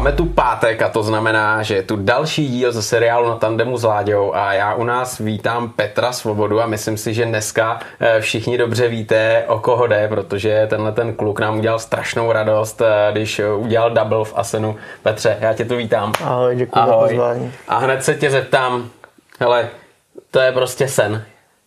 Máme tu pátek a to znamená, že je tu další díl ze seriálu Na tandemu s Láďou a já u nás vítám Petra Svobodu a myslím si, že dneska všichni dobře víte, o koho jde, protože tenhle ten kluk nám udělal strašnou radost, když udělal double v Asenu. Petře, já tě tu vítám. Ahoj, děkuji za pozvání. A hned se tě zeptám, hele, to je prostě sen.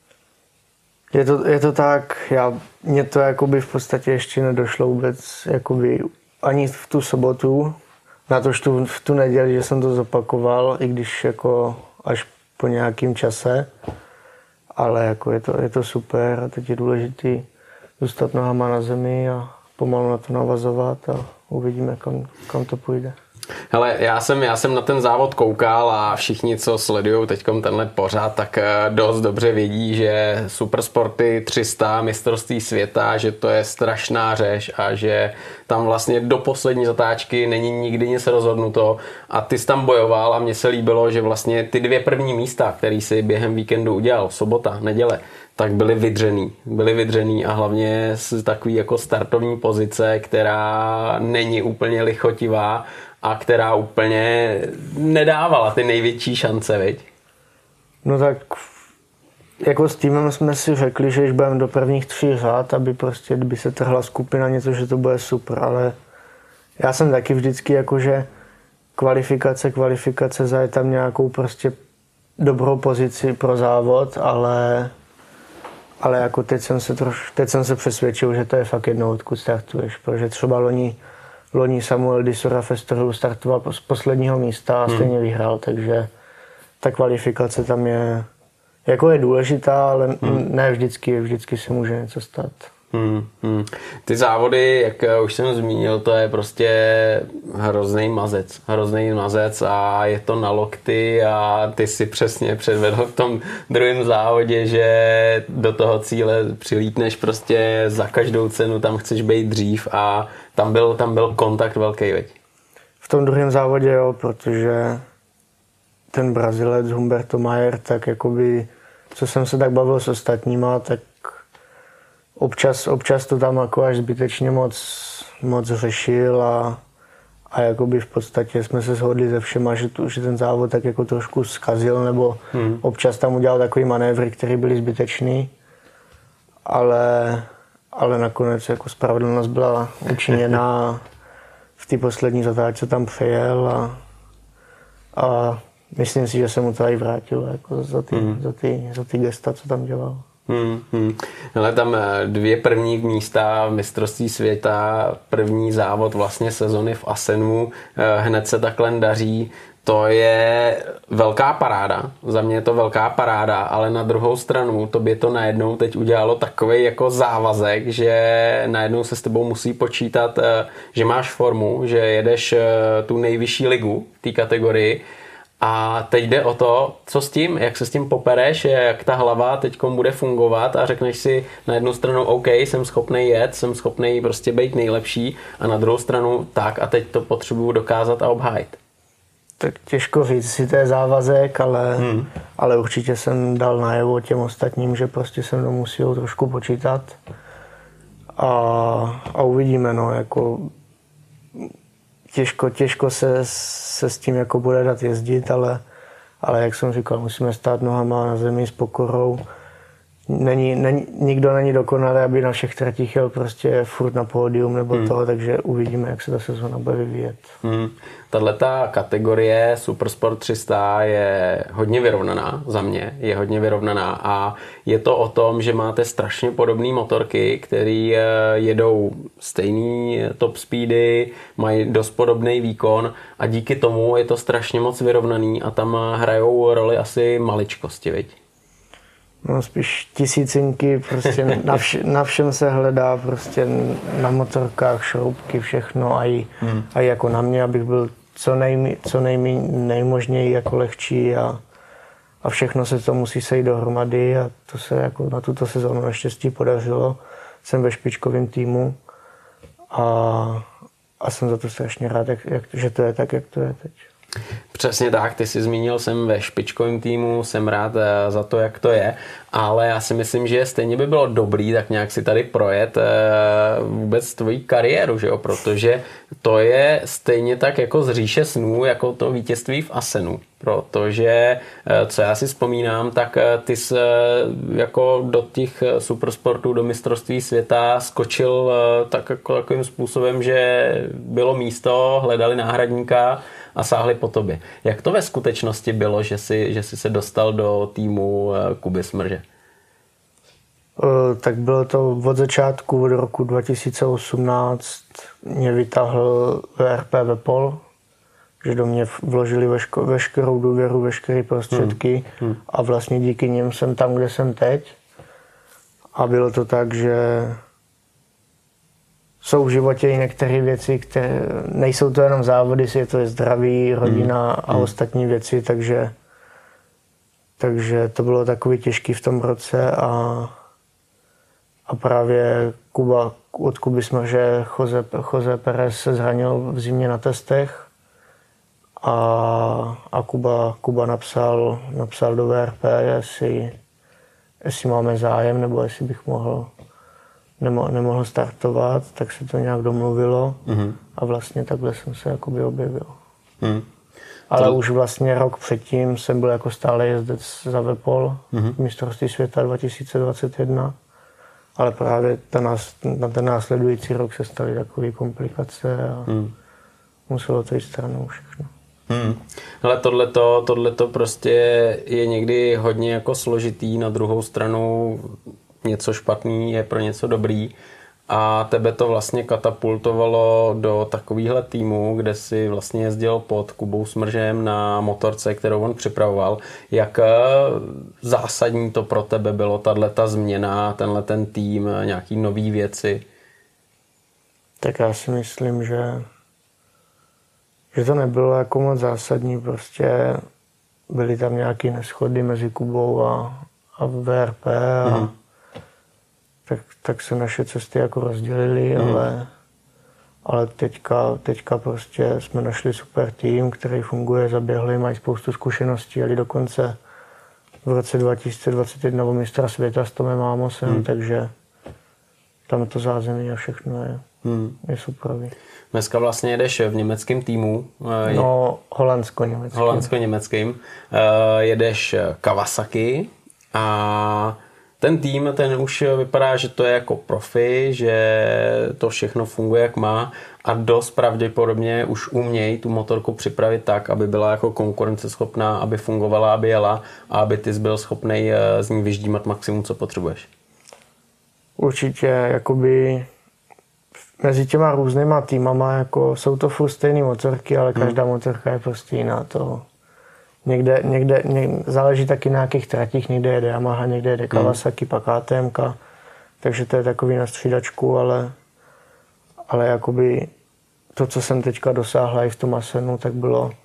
Je to tak, mně to jakoby v podstatě ještě nedošlo vůbec jakoby ani v tu sobotu, natož v tu neděli, že jsem to zopakoval, i když jako až po nějakým čase, ale jako je to super a teď je důležitý zůstat nohama na zemi a pomalu na to navazovat a uvidíme, kam to půjde. Hele, já jsem na ten závod koukal a všichni, co sledují teďkom tenhle pořad, tak dost dobře vědí, že Supersporty 300 mistrovství světa, že to je strašná řeš a že tam vlastně do poslední zatáčky není nikdy nic rozhodnuto a ty jsi tam bojoval a mně se líbilo, že vlastně ty dvě první místa, který si během víkendu udělal, sobota, neděle, tak byly vydřený a hlavně z takový jako startovní pozice, která není úplně lichotivá a která úplně nedávala ty největší šance, viď? No tak jako s týmem jsme si řekli, že když budeme do prvních 3 řád, aby prostě, kdyby se trhla skupina něco, že to bude super, ale já jsem taky vždycky jakože kvalifikace zajet tam nějakou prostě dobrou pozici pro závod, ale jako teď jsem se přesvědčil, že to je fakt jedno, odkud startuješ, protože třeba loni Samuel Disora Festerlu startoval z posledního místa a stejně vyhrál, takže ta kvalifikace tam je důležitá, ale ne vždycky se může něco stát. Ty závody, jak už jsem zmínil, to je prostě hrozný mazec a je to na lokty a ty si přesně předvedl v tom druhém závodě, že do toho cíle přilítneš prostě za každou cenu, tam chceš být dřív a tam byl kontakt velký, veď? V tom druhém závodě jo, protože ten Brazilec Humberto Mayer, tak jakoby, co jsem se tak bavil s ostatníma, tak občas to tam jako až zbytečně moc řešil a jakoby v podstatě jsme se shodli se všema, že ten závod tak jako trošku zkazil, nebo občas tam udělal takový manévry, které byly zbytečný, ale nakonec jako spravedlnost byla učiněná v té poslední zatáčce tam přejel a myslím si, že se mu to i vrátilo jako za ty gesta, co tam dělal. Ale tam 2 první místa v mistrovství světa, první závod vlastně sezony v Asenu, hned se takhle daří. To je velká paráda, za mě je to velká paráda, ale na druhou stranu tobě to najednou teď udělalo takovej jako závazek, že najednou se s tebou musí počítat, že máš formu, že jedeš tu nejvyšší ligu v té kategorii. A teď jde o to, co s tím, jak se s tím popereš, jak ta hlava teďkom bude fungovat a řekneš si na jednu stranu OK, jsem schopnej jet, jsem schopnej prostě být nejlepší a na druhou stranu tak a teď to potřebuju dokázat a obhájit. Tak těžko říct si to je závazek, ale určitě jsem dal najevo těm ostatním, že prostě se mnou musí trošku počítat a uvidíme, no, jako těžko se s tím jako bude dát jezdit, ale jak jsem říkal, musíme stát nohama na zemi s pokorou. Nikdo není dokonalý, aby na všech tratích jel prostě furt na pódium nebo toho, takže uvidíme, jak se ta sezóna bude vyvíjet. Tato kategorie Supersport 300 je hodně vyrovnaná, za mě je hodně vyrovnaná a je to o tom, že máte strašně podobné motorky, které jedou stejný top speedy, mají dost podobný výkon a díky tomu je to strašně moc vyrovnaný a tam hrajou roli asi maličkosti, viď? No spíš tisícinky, prostě na všem se hledá, prostě na motorkách, šroubky, všechno a i jako na mě, abych byl co nejmožněji jako lehčí a všechno se to musí sejít dohromady a to se jako na tuto sezónu naštěstí podařilo. Jsem ve špičkovém týmu a jsem za to strašně rád, že to je tak, jak to je teď. Přesně tak, ty jsi zmínil, jsem ve špičkovém týmu, jsem rád za to, jak to je, ale já si myslím, že stejně by bylo dobrý tak nějak si tady projet vůbec tvoji kariéru, že jo? Protože to je stejně tak jako z říše snů, jako to vítězství v Asenu, protože co já si vzpomínám, tak ty jsi jako do těch supersportů, do mistrovství světa skočil tak jako takovým způsobem, že bylo místo, hledali náhradníka a sáhli po tobě. Jak to ve skutečnosti bylo, že jsi se dostal do týmu Kuby Smrže? Tak bylo to od začátku, od roku 2018 mě vytáhl VRP Vepol, že do mě vložili veškerou důvěru, veškeré prostředky a vlastně díky nim jsem tam, kde jsem teď. A bylo to tak, že jsou v životě i některé věci, které nejsou to jenom závody, je to je zdraví, rodina a ostatní věci, takže to bylo takový těžký v tom roce a právě od Kuby Smrže Jose Perez se zranil v zimě na testech a Kuba napsal do VRP, jestli máme zájem nebo jestli bych nemohl startovat, tak se to nějak domluvilo a vlastně takhle jsem se jakoby objevil. Ale už vlastně rok předtím jsem byl jako stále jezdec za Vepol v mistrovství světa 2021, ale právě na ten následující rok se staly takové komplikace a muselo to jít stranou všechno. Ale tohleto prostě je někdy hodně jako složitý, na druhou stranu něco špatný je pro něco dobrý a tebe to vlastně katapultovalo do takovýhle týmu, kde si vlastně jezdil pod Kubou Smržem na motorce, kterou on připravoval. Jak zásadní to pro tebe bylo, tato změna, ten tým, nějaký nový věci? Tak já si myslím, že to nebylo jako moc zásadní, prostě byly tam nějaké neshody mezi Kubou a VRP a tak se naše cesty jako rozdělily, ale teďka prostě jsme našli super tým, který funguje, zaběhli, mají spoustu zkušeností, jeli dokonce v roce 2021 o mistra světa s Tomem Amosem, takže tam to zázemí a všechno je superový. Dneska vlastně jedeš v německém týmu. No, holandsko-německým. Holandsko-německým. Jedeš Kawasaki a ten tým, ten už vypadá, že to je jako profi, že to všechno funguje jak má a dost pravděpodobně už umějí tu motorku připravit tak, aby byla jako konkurenceschopná, aby fungovala, aby jela a aby ty byl schopnej z ní vyždímat maximum, co potřebuješ. Určitě, jakoby mezi těma různýma týmama, jako jsou to furt stejný motorky, ale každá motorka je prostě jiná. To někde záleží taky na nějakých tratích, někde jede Yamaha, někde jede Kawasaki, pak KTMK, takže to je takový na střídačku, ale jakoby to, co jsem teďka dosáhla i v tom Asenu, tak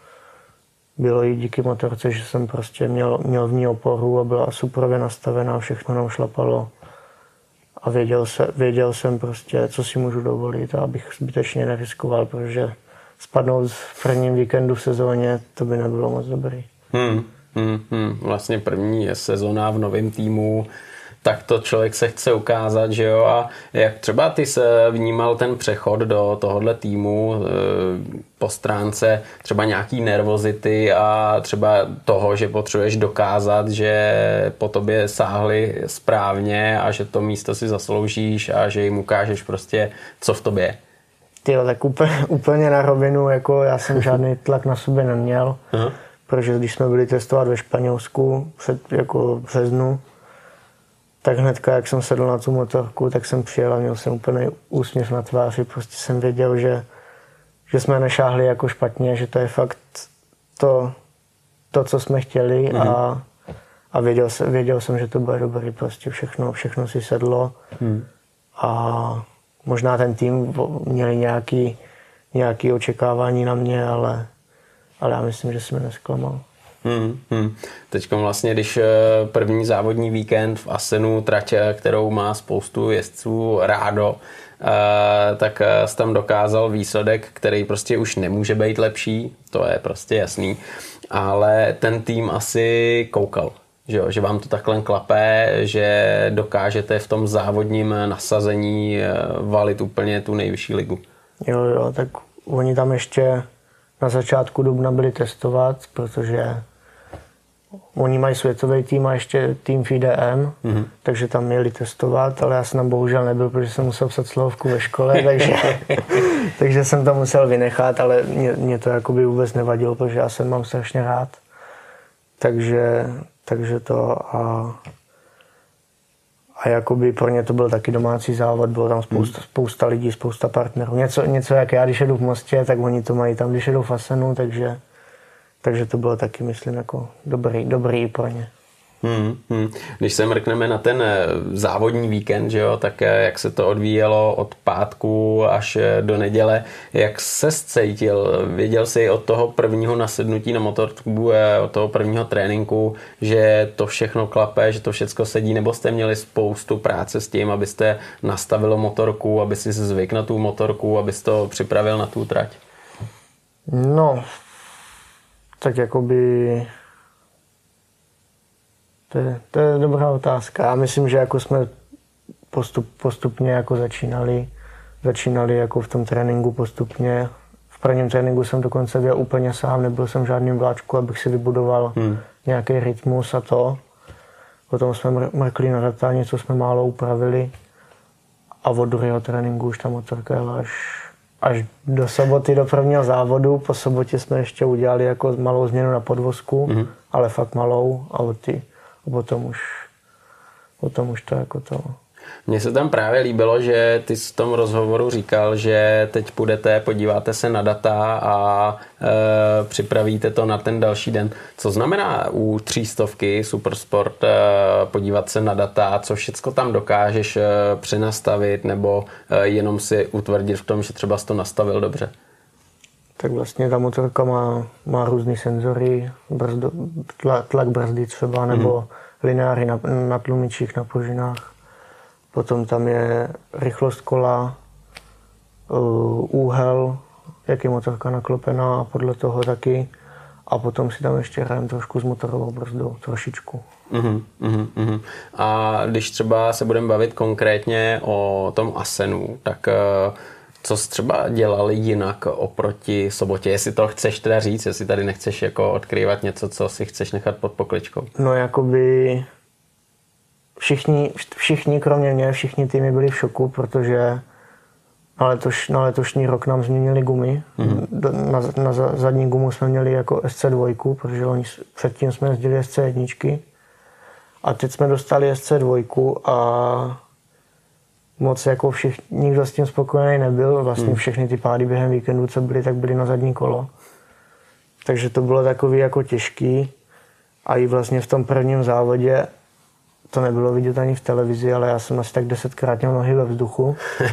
bylo i díky motorce, že jsem prostě měl v ní oporu a byla superově nastavená, všechno nám šlapalo a věděl jsem prostě, co si můžu dovolit a abych zbytečně neriskoval, protože spadnout v prvním víkendu v sezóně, to by nebylo moc dobrý. Vlastně první sezóna v novém týmu, tak to člověk se chce ukázat, že jo, a jak třeba ty se vnímal ten přechod do tohohle týmu po stránce třeba nějaký nervozity a třeba toho, že potřebuješ dokázat, že po tobě sáhli správně a že to místo si zasloužíš a že jim ukážeš prostě, co v tobě je. Tyjo, tak úplně na rovinu, jako já jsem žádný tlak na sobě neměl, protože když jsme byli testovat ve Španělsku v březnu, tak hnedka, jak jsem sedl na tu motorku, tak jsem přijel a měl jsem úplně úsměv na tváři. Prostě jsem věděl, že jsme nešáhli jako špatně, že to je fakt to co jsme chtěli a věděl jsem, že to bude dobrý. Prostě všechno si sedlo a možná ten tým měli nějaké očekávání na mě, ale já myslím, že jsem je nezklamal. Teď vlastně, když první závodní víkend v Asenu, trať, kterou má spoustu jezdců rádo, tak jsi tam dokázal výsledek, který prostě už nemůže být lepší, to je prostě jasný, ale ten tým asi koukal, že vám to takhle klape, že dokážete v tom závodním nasazení valit úplně tu nejvyšší ligu. Jo, tak oni tam ještě na začátku dubna byli testovat, protože oni mají světový tým a ještě tým FIDM, takže tam měli testovat, ale já jsem tam bohužel nebyl, protože jsem musel psat slohovku ve škole, takže jsem to musel vynechat, ale mě to jakoby vůbec nevadilo, protože já jsem mám strašně rád. Takže to a jakoby pro ně to byl taky domácí závod, bylo tam spousta lidí, spousta partnerů. Něco jak já, když jedu v Mostě, tak oni to mají tam, když jedu v Asenu, takže to bylo taky, myslím, jako dobrý pro ně. Když se mrkneme na ten závodní víkend, že jo, tak jak se to odvíjelo od pátku až do neděle, jak se cítil? Věděl jsi od toho prvního nasednutí na motorku, od toho prvního tréninku, že to všechno klape, že to všechno sedí, nebo jste měli spoustu práce s tím, abyste nastavilo motorku, aby si zvyk na tu motorku, abys to připravil na tu trať? No, tak jakoby to je dobrá otázka. Já myslím, že jako jsme postupně jako začínali jako v tom tréninku postupně. V prvním tréninku jsem dokonce byl úplně sám, nebyl jsem v žádným vláčku, abych si vybudoval nějaký rytmus a to. Potom jsme mrkli na data, něco jsme málo upravili a od druhého tréninku už ta motorka jela až do soboty, do prvního závodu. Po sobotě jsme ještě udělali jako malou změnu na podvozku, ale fakt malou a potom už to jako to. Mně se tam právě líbilo, že ty v tom rozhovoru říkal, že teď podíváte se na data a připravíte to na ten další den. Co znamená u 300 Supersport podívat se na data, co všecko tam dokážeš přenastavit nebo jenom si utvrdit v tom, že třeba jsi to nastavil dobře? Tak vlastně ta motorka má různý senzory, tlak brzdy třeba, nebo lineáry na tlumičích, na pružinách. Potom tam je rychlost kola, úhel, jak je motorka naklopená a podle toho taky. A potom si tam ještě hrajeme trošku s motorovou brzdou, trošičku. A když třeba se budeme bavit konkrétně o tom Asenu, tak co jsi třeba dělali jinak oproti sobotě? Jestli to chceš teda říct, jestli tady nechceš jako odkrývat něco, co si chceš nechat pod pokličkou? No jakoby všichni kromě mě, všichni týmy byli v šoku, protože na letošní rok nám změnili gumy. Na zadní gumu jsme měli jako SC2, protože předtím jsme jezdili SC1. A teď jsme dostali SC2 a moc jako nikdo s tím spokojený nebyl. Vlastně všechny ty pády během víkendu, co byly, tak byly na zadní kolo. Takže to bylo takový jako těžký. A i vlastně v tom prvním závodě to nebylo vidět ani v televizi, ale já jsem asi tak 10krát měl nohy ve vzduchu.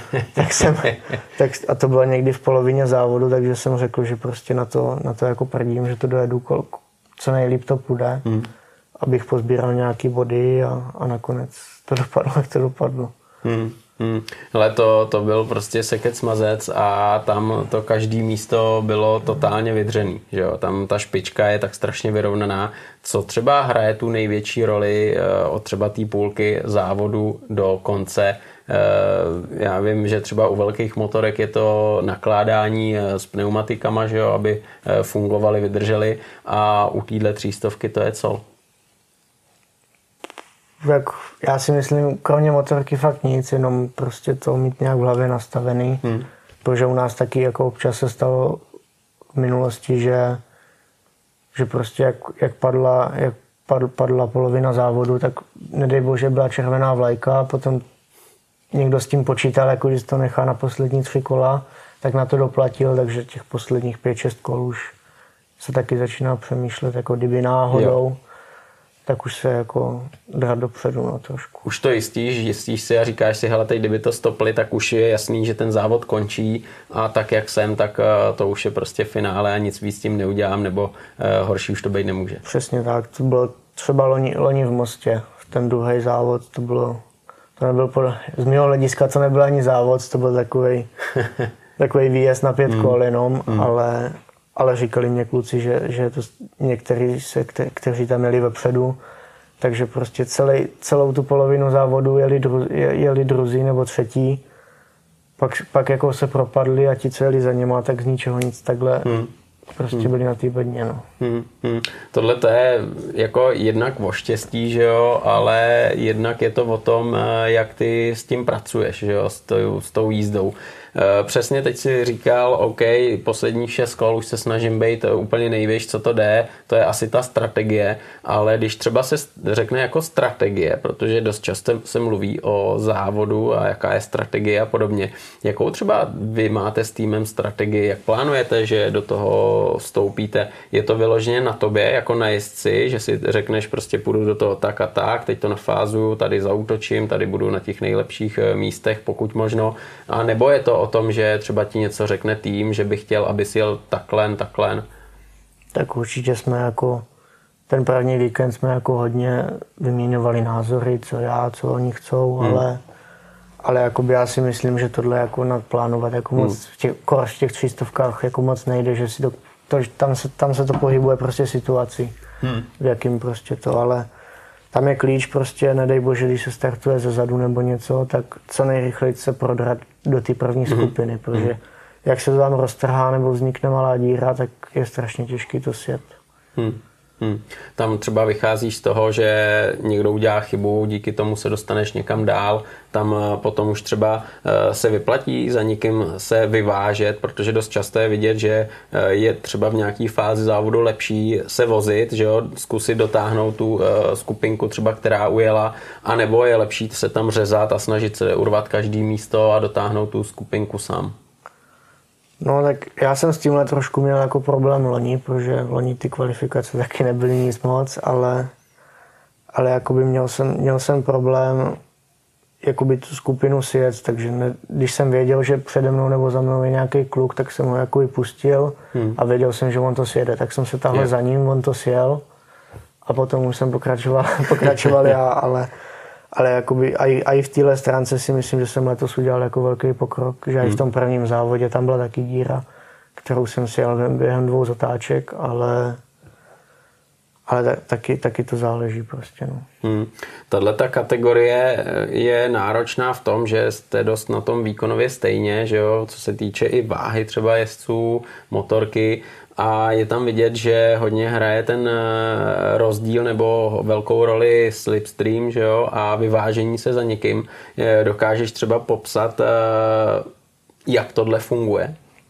A to bylo někdy v polovině závodu, takže jsem řekl, že prostě na to jako prdím, že to dojedu co nejlíp to půjde, abych pozbíral nějaký body a nakonec to dopadlo, jak to dopadlo. Ale to byl prostě sekec mazec a tam to každý místo bylo totálně vydřený. Že jo? Tam ta špička je tak strašně vyrovnaná. Co třeba hraje tu největší roli od třeba té půlky závodu do konce? Já vím, že třeba u velkých motorek je to nakládání s pneumatikama, že jo? Aby fungovaly, vydržely, a u téhle 300 to je co? Já si myslím, kromě motorky fakt nic, jenom prostě to mít nějak v hlavě nastavený. Protože u nás taky jako občas se stalo v minulosti, že prostě jak padla polovina závodu, tak nedej bože byla červená vlajka a potom někdo s tím počítal, jako když to nechá na poslední 3 kola, tak na to doplatil, takže těch posledních 5-6 kol už se taky začíná přemýšlet, jako kdyby náhodou. Jo. tak už se jako drát dopředu no, trošku. Už to jistíš si a říkáš si, hele, teď kdyby to stopli, tak už je jasný, že ten závod končí a tak jak jsem, tak to už je prostě finále a nic víc s tím neudělám, nebo horší už to být nemůže. Přesně tak, to bylo třeba loni v Mostě, v ten druhý závod, to nebyl, z mého hlediska to nebyl ani závod, to byl takový výjezd na 5 kol jenom, ale říkali mě kluci, že to někteří, kteří tam jeli vepředu, takže prostě celou tu polovinu závodu jeli druzí nebo třetí, pak jako se propadli a ti, co jeli za něma, tak z ničeho nic takhle prostě byli na té bedně. No. Tohle to je jako jednak o štěstí, že jo, ale jednak je to o tom, jak ty s tím pracuješ, že jo, s tou jízdou. Přesně teď si říkal, OK, posledních 6 kol už se snažím být úplně nejvíc, co to jde, to je asi ta strategie, ale když třeba se řekne jako strategie, protože dost často se mluví o závodu a jaká je strategie a podobně, jakou třeba vy máte s týmem strategii, jak plánujete, že do toho vstoupíte, je to vyloženě na tobě, jako na jezdci, že si řekneš prostě půjdu do toho tak a tak, teď to nafázuju, tady zaútočím, tady budu na těch nejlepších místech, pokud možno, a nebo je to o tom, že třeba ti něco řekne tým, že by chtěl, aby si jel takhle. Tak určitě jsme jako ten první víkend jsme jako hodně vyměňovali názory, co já, co oni chcou, ale jakoby já si myslím, že tohle jako nadplánovat jako moc v těch 300 jako moc nejde, že si tam se to pohybuje prostě situací, v jakým prostě to, ale tam je klíč prostě, nedej bože, když se startuje ze zadu nebo něco, tak co nejrychleji se prodrat do té první skupiny, protože jak se to tam roztrhá nebo vznikne malá díra, tak je strašně těžký to sjet. Tam třeba vycházíš z toho, že někdo udělá chybu, díky tomu se dostaneš někam dál, tam potom už třeba se vyplatí za někým se vyvážet, protože dost často je vidět, že je třeba v nějaké fázi závodu lepší se vozit, že jo, zkusit dotáhnout tu skupinku třeba, která ujela, anebo je lepší se tam řezat a snažit se urvat každý místo a dotáhnout tu skupinku sám. No tak já jsem s tímhle trošku měl jako problém loni, protože loni ty kvalifikace taky nebyly nic moc, ale jakoby měl jsem problém jakoby tu skupinu sjet, takže když jsem věděl, že přede mnou nebo za mnou je nějaký kluk, tak jsem ho jakoby pustil a věděl jsem, že on to sjede, tak jsem se tahle za ním, on to sjel a potom už jsem pokračoval já, ale jakoby i v téhle stránce si myslím, že jsem letos udělal jako velký pokrok, že i v tom prvním závodě tam byla taky díra, kterou jsem si jel během 2 zatáček, ale taky to záleží prostě. No. Tato kategorie je náročná v tom, že jste dost na tom výkonově stejně, že jo, co se týče i váhy třeba jezdců, motorky, a je tam vidět, že hodně hraje ten rozdíl nebo velkou roli slipstream, že jo, a vyvážení se za někým. Dokážeš třeba popsat, jak tohle funguje?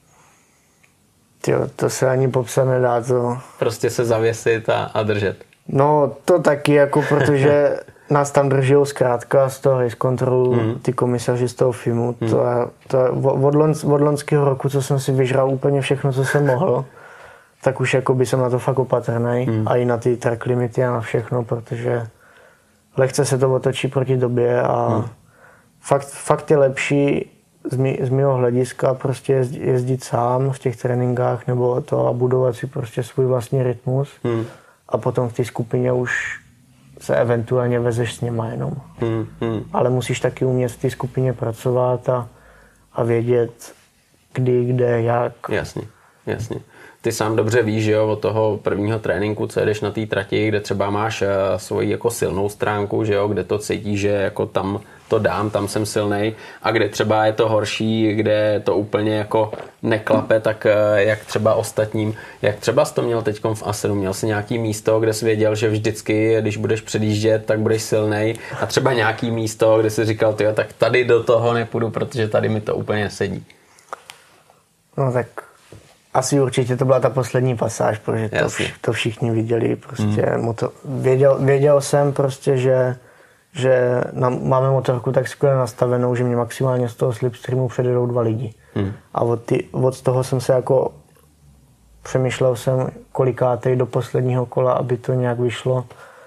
Jo, to se ani popsat nedá. To... Prostě se zavěsit a držet. No to taky, jako protože nás tam drží zkrátka z toho race controlu, ty komisaři z toho filmu. To od loňského roku, co jsem si vyžral úplně všechno, co jsem mohl, tak už jakoby jsem na to fakt opatrnej a i na ty track limity a na všechno, protože lehce se to otočí proti době a fakt je lepší z mého hlediska prostě jezdit sám v těch tréninkách nebo to a budovat si prostě svůj vlastní rytmus a potom v té skupině už se eventuálně vezeš s něma jenom. Ale musíš taky umět v té skupině pracovat a vědět kdy, kde, jak. Jasně. Ty sám dobře víš, že jo, od toho prvního tréninku, co jedeš na té trati, kde třeba máš svoji jako silnou stránku, že jo, kde to cítíš, že jako tam to dám, tam jsem silnej, a kde třeba je to horší, kde to úplně jako neklape, tak jak třeba ostatním. Jak třeba jsi to měl teďkom v Asenu? Měl jsi nějaký místo, kde jsi věděl, že vždycky, když budeš předjíždět, tak budeš silnej, a třeba nějaký místo, kde jsi říkal, tyjo, tak tady do toho nepůjdu, protože tady mi to úplně sedí. No tak asi určitě to byla ta poslední pasáž, protože to všichni viděli. Prostě věděl jsem prostě, že máme motorku tak skvěle nastavenou, že mě maximálně z toho slipstreamu předjedou 2 lidi. A od toho jsem se jako přemýšlel jsem kolikátej do posledního kola, aby to nějak vyšlo.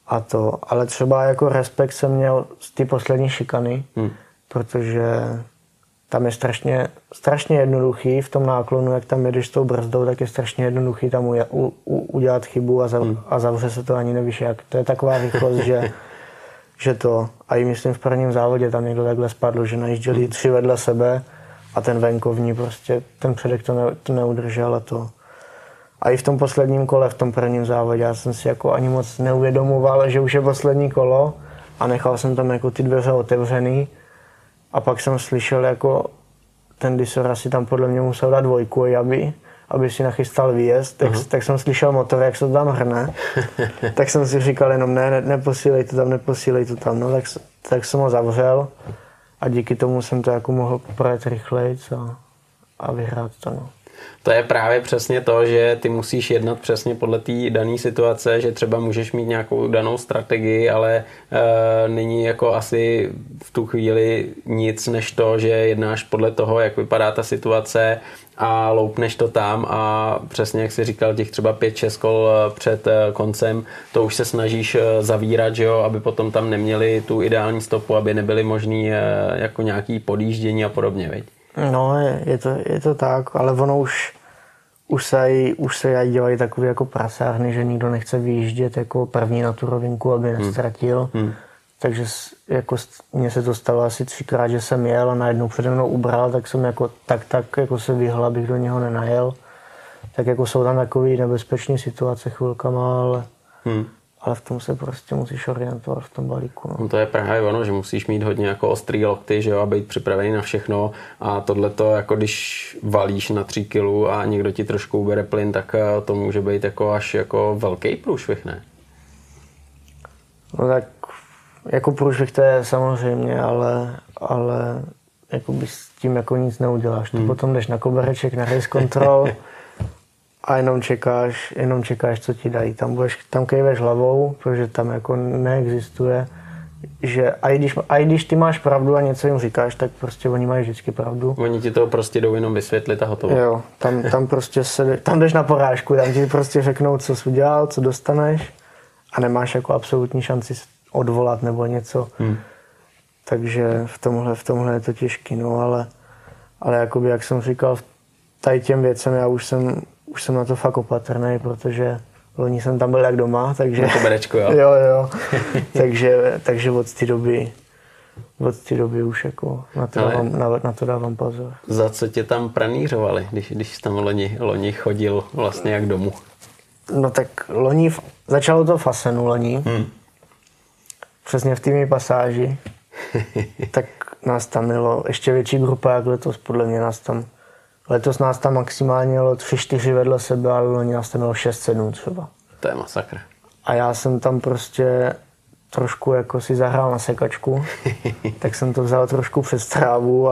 ale třeba jako respekt jsem měl z ty poslední šikany, protože tam je strašně jednoduchý v tom náklonu, jak tam jedeš s tou brzdou, tak je strašně jednoduchý tam udělat chybu a zavře se to, ani nevíš jak. To je taková rychlost, že to, a i myslím v prvním závodě tam někdo takhle spadl, že najížděli 3 vedle sebe a ten venkovní prostě, ten předek to neudržel a to. A i v tom posledním kole, v tom prvním závodě, já jsem si jako ani moc neuvědomoval, že už je poslední kolo a nechal jsem tam jako ty dveře otevřený a pak jsem slyšel jako ten Disora si tam podle mě musel dát 2, aby si nachystal výjezd, tak jsem slyšel motor, jak se to tam hrne, tak jsem si říkal jenom neposílej to tam, no tak jsem ho zavřel a díky tomu jsem to jako mohl projet rychlejc a vyhrát to, no. To je právě přesně to, že ty musíš jednat přesně podle té dané situace, že třeba můžeš mít nějakou danou strategii, ale není jako asi v tu chvíli nic než to, že jednáš podle toho, jak vypadá ta situace a loupneš to tam a přesně jak jsi říkal, těch třeba 5-6 kol před koncem, to už se snažíš zavírat, že jo, aby potom tam neměli tu ideální stopu, aby nebyly možný jako nějaký podjíždění a podobně, viď? No, je to tak, ale ono už se dělají takové jako prasárny, že nikdo nechce vyjíždět jako první na tu rovinku, aby nestratil. Takže jako mně se to stalo asi 3krát, že jsem jel a najednou přede mnou ubral, tak jsem jako tak jako se vyhl, abych do něho nenajel. Tak jako jsou tam takové nebezpečné situace chvilkama, ale v tom se prostě musíš orientovat v tom balíku. No to je právě ono, že musíš mít hodně jako ostrý lokty, že jo, a být připravený na všechno a tohleto, jako když valíš na 3 kg a někdo ti trošku ubere plyn, tak to může být jako až jako velký průšvih, ne? No tak jako průšvih to je samozřejmě, ale jako by s tím jako nic neuděláš. Ty potom jdeš na kobereček, na race control a jenom čekáš, co ti dají. Tam kejveš hlavou, protože tam jako neexistuje, že a i když ty máš pravdu a něco jim říkáš, tak prostě oni mají vždycky pravdu. Oni ti to prostě jdou jenom vysvětlit a hotovo. Jo, tam prostě tam jdeš na porážku, tam ti prostě řeknou, co jsi udělal, co dostaneš a nemáš jako absolutní šanci odvolat nebo něco. Takže v tomhle je to těžký, no, ale jakoby, jak jsem říkal, tady těm věcem já už jsem na to fakt opatrný, protože loni jsem tam byl jak doma, takže... Na koberečku, jo? Jo. takže od té doby už jako na to dávám pozor. Za co tě tam pranířovali, když tam loni chodil vlastně jak domů? No tak začalo to v Asenu loni. Přesně v té mé pasáži. Tak nás tam mělo ještě větší grupa jak letos, podle mě letos nás tam maximálně mělo 3-4 vedle sebe, ale loni nás tam mělo 6-7 třeba. To je masakr. A já jsem tam prostě trošku jako si zahrál na sekačku, tak jsem to vzal trošku přes trávu,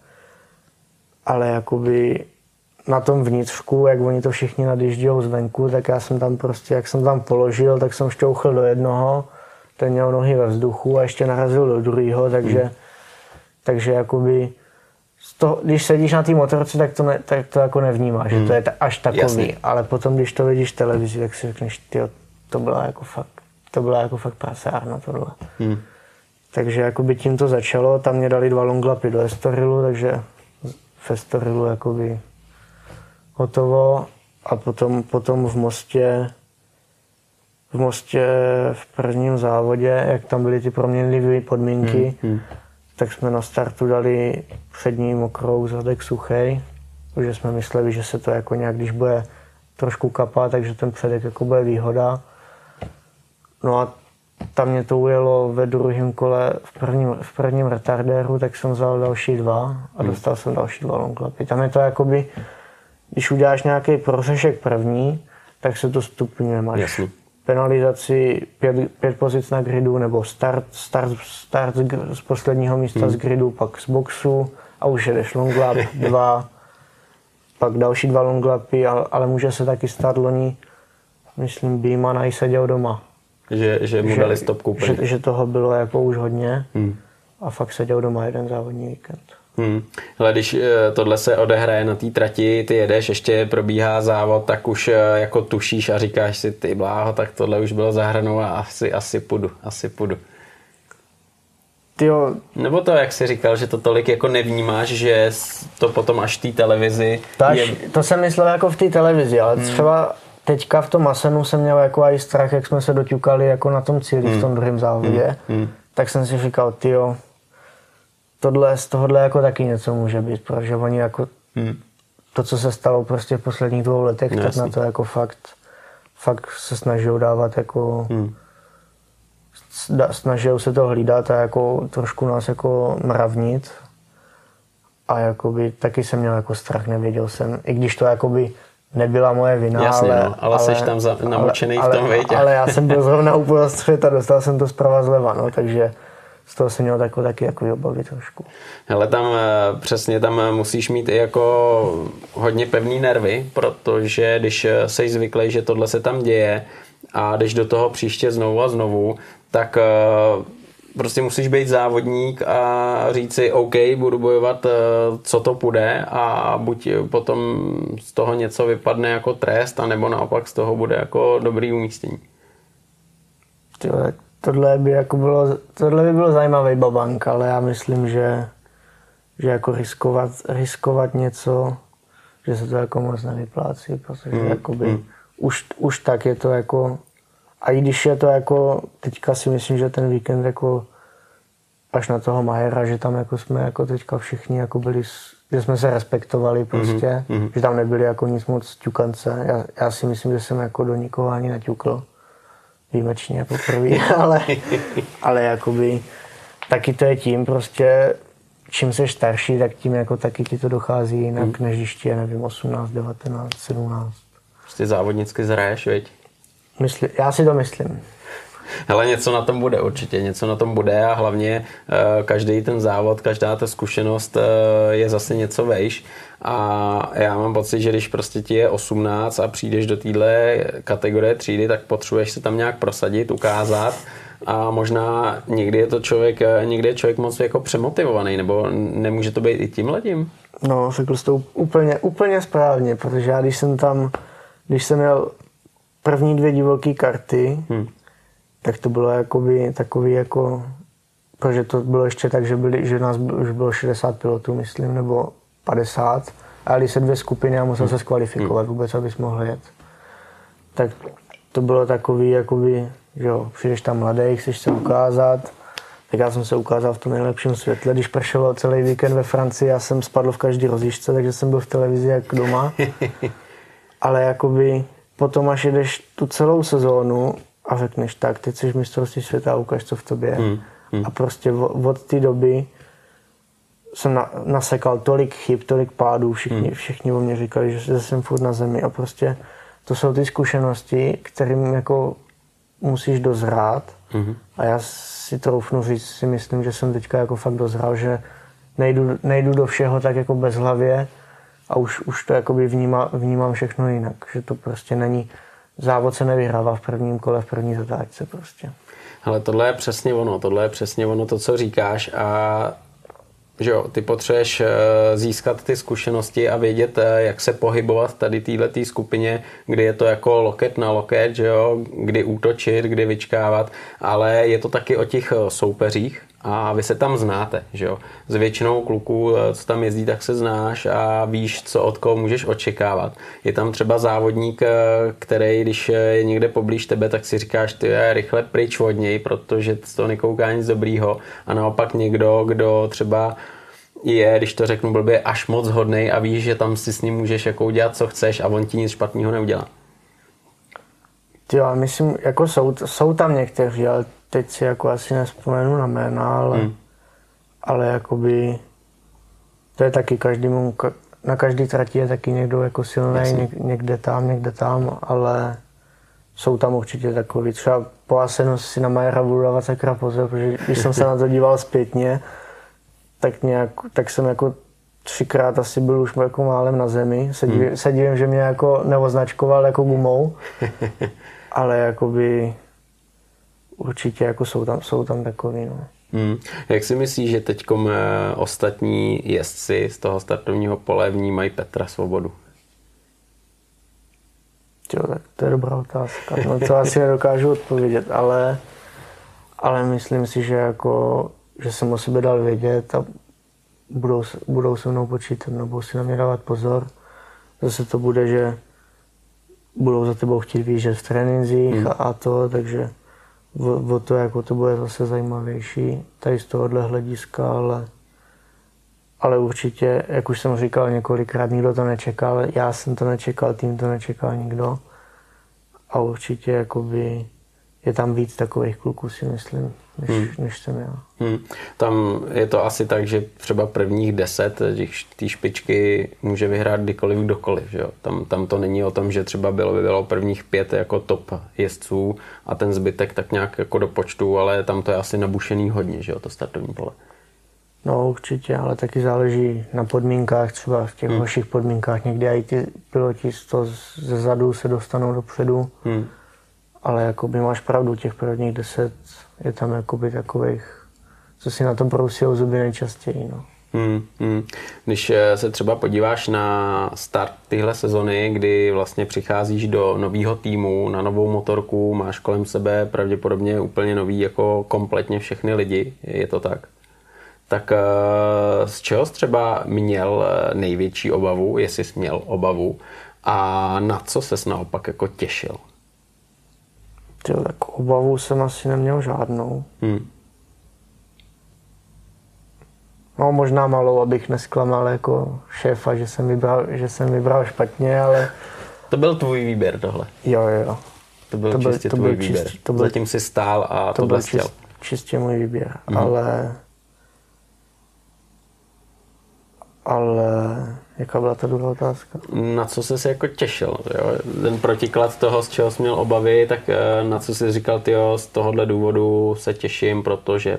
ale jakoby na tom vnitřku, jak oni to všichni nadjíždějou zvenku, tak já jsem tam prostě, jak jsem tam položil, tak jsem šťouchl do jednoho, ten měl nohy ve vzduchu a ještě narazil do druhého, takže jakoby když sedíš na té motorce, tak to jako nevnímáš, že to je až takový. Jasně. Ale potom, když to vidíš v televizi, tak si řekneš, tyjo, to byla jako fakt prasárna tohle. Takže jakoby tím to začalo, tam mě dali 2 longlapy do Estorilu, takže v Estorilu jakoby hotovo a potom v Mostě v prvním závodě, jak tam byly ty proměnlivé podmínky, tak jsme na startu dali přední mokrou, zadek suchej, protože jsme mysleli, že se to jako nějak, když bude trošku kapat, takže ten předek jako bude výhoda. No a tam mě to ujelo ve druhém kole v prvním retardéru, tak jsem vzal další 2 a dostal jsem další 2 longlapy. Tam je to jakoby, když uděláš nějaký prořešek první, tak se to stupňuje. Máš penalizaci 5 pozic na gridu, nebo start z posledního místa z gridu, pak z boxu a už jedeš longlap 2, pak další 2 longlapy, ale může se taky stát loni, myslím, Beeman i seděl doma. Že mu dali stopku. Že toho bylo jako už hodně a fakt seděl doma jeden závodní víkend. Ale když tohle se odehraje na té trati, ty jedeš, ještě probíhá závod, tak už jako tušíš a říkáš si, ty bláho, tak tohle už bylo za hranou a asi půjdu. Tyjo. Nebo to, jak jsi říkal, že to tolik jako nevnímáš, že to potom až v té televizi... To jsem myslel jako v té televizi, ale třeba teďka v tom Asenu jsem měl jako i strach, jak jsme se doťukali jako na tom cíli v tom druhém závodě, tak jsem si říkal, tyjo, z tohohle jako taky něco může být, protože oni jako to, co se stalo prostě v posledních 2 letech, tak jasný. na to jako fakt se snaží dávat jako snaží se to hlídat a jako trošku nás jako mravnit a jakoby taky jsem měl jako strach, nevěděl jsem, i když to jakoby nebyla moje vina, jasně, ale seš tam namočený v tom, viď? Ale já jsem byl zrovna uprostřed a dostal jsem to zprava zleva, no, takže z toho jsem měl taky jako obavy trošku. Hele, tam musíš mít i jako hodně pevný nervy, protože když jsi zvyklý, že tohle se tam děje a když do toho příště znovu a znovu, tak prostě musíš být závodník a říct si, OK, budu bojovat, co to půjde a buď potom z toho něco vypadne jako trest, anebo naopak z toho bude jako dobrý umístění. Tohle by bylo zajímavý babank, ale já myslím, že jako riskovat něco, že se to jako moc nevyplácí, protože jakoby už tak je to jako, a i když je to jako, teďka si myslím, že ten víkend jako až na toho Majera, že tam jako jsme jako teďka všichni jako byli, že jsme se respektovali prostě, že tam nebyli jako nic moc ťukance. Já si myslím, že jsem jako do nikoho ani neťukl. Výjimečně poprvé, ale jakoby taky to je tím prostě, čím seš starší, tak tím jako taky ti to dochází jinak, než když ti je, nevím, 18, 19, 17. Prostě závodnicky zhraješ, viď? Já si to myslím. Hele, něco na tom bude určitě, něco na tom bude a hlavně každý ten závod, každá ta zkušenost je zase něco vejš a já mám pocit, že když prostě ti je 18 a přijdeš do téhle kategorie třídy, tak potřebuješ se tam nějak prosadit, ukázat a možná někdy je člověk moc jako přemotivovaný, nebo nemůže to být i tímhletím? No, řekl jsi to úplně správně, protože já když jsem měl první 2 divoké karty, tak to bylo jakoby takový jako, protože to bylo ještě tak, že nás už bylo 60 pilotů, myslím, nebo 50, a jeli se 2 skupiny a musel se zkvalifikovat vůbec, abys mohl jet. Tak to bylo takový, jakoby, že jo, přijdeš tam mladý, chceš se ukázat, tak já jsem se ukázal v tom nejlepším světle. Když pršelo celý víkend ve Francii, já jsem spadl v každý rozjížďce, takže jsem byl v televizi jak doma. Ale jakoby potom, až jedeš tu celou sezónu a řekneš tak, teď jsi mistrovství světa a ukáž, co v tobě je. A prostě od té doby jsem nasekal tolik chyb, tolik pádů, všichni o mě říkali, že jsem furt na zemi a prostě to jsou ty zkušenosti, kterým jako musíš dozrát a já si troufnu říct, si myslím, že jsem teďka jako fakt dozrál, že nejdu do všeho tak jako bezhlavě a už to jakoby vnímám všechno jinak, že to prostě není, závod se nevyhrává v prvním kole, v první zatáčce prostě. Ale tohle je přesně ono, to, co říkáš a že jo, ty potřebuješ získat ty zkušenosti a vědět, jak se pohybovat tady této skupině, kdy je to jako loket na loket, že jo, kdy útočit, kdy vyčkávat, ale je to taky o těch soupeřích a vy se tam znáte, že jo. S většinou kluků, co tam jezdí, tak se znáš a víš, co od koho můžeš očekávat. Je tam třeba závodník, který, když je někde poblíž tebe, tak si říkáš, ty je rychle pryč od něj, protože z toho nekouká nic dobrýho. A naopak někdo, kdo třeba je, když to řeknu blbě, až moc hodnej a víš, že tam si s ním můžeš jako udělat, co chceš a on ti nic špatného neudělá. Jo, myslím, jako jsou tam někteří, ale teď si jako asi nevzpomenu na jména, ale jakoby to je taky na každý trati je taky někdo jako silný, někde tam, ale jsou tam určitě takový. Třeba po Asenu si na Majera budu dávat sakra pozor, protože když jsem se na to díval zpětně, tak jsem jako 3krát asi byl už jako málem na zemi. Se divím, že mě jako neoznačkoval jako gumou, ale jakoby určitě jako jsou tam takový, no. Jak si myslíš, že teďkom ostatní jezdci z toho startovního pole vnímají Petra Svobodu? Tak to je dobrá otázka. No to asi nedokážu odpovědět, ale myslím si, že jsem o sebe dal vědět a budou se mnou počítat, budou si na mě dávat pozor. Zase to bude, že budou za tebou chtít výjíždět v trénincích a to, takže o to, jako to bude zase zajímavější tady z tohohle hlediska, ale určitě, jak už jsem říkal několikrát, nikdo to nečekal, já jsem to nečekal, tým to nečekal nikdo a určitě jakoby je tam víc takových kluků, si myslím, než jsem já. Tam je to asi tak, že třeba prvních 10 té špičky může vyhrát kdykoliv kdokoliv. Že jo? Tam to není o tom, že třeba bylo prvních 5 jako top jezdců a ten zbytek tak nějak jako do počtu, ale tam to je asi nabušený hodně, že jo, to startovní pole. No určitě, ale taky záleží na podmínkách, třeba v těch horších podmínkách. Někdy i ty piloti ze zadu se dostanou dopředu. Ale jakoby máš pravdu, těch prvních 10 je tam jakoby takových, co si na tom brousijou zuby nejčastěji. No. Když se třeba podíváš na start téhle sezony, kdy vlastně přicházíš do nového týmu, na novou motorku, máš kolem sebe pravděpodobně úplně nový, jako kompletně všechny lidi, je to tak? Tak z čeho jsi třeba měl největší obavu, jestli jsi měl obavu, a na co ses naopak jako těšil? Tak obavu jsem asi neměl žádnou. No možná malou, abych nesklamal jako šéfa, že jsem vybral špatně, ale... To byl tvůj výběr tohle? Jo. To byl čistě tvůj výběr. Zatím si stál a to byl čistě můj výběr, ale jaká byla ta druhá otázka? Na co jsi se jako těšil? Jo? Ten protiklad toho, z čeho jsi měl obavy, tak na co jsi říkal, tyjo, z tohohle důvodu se těším, protože.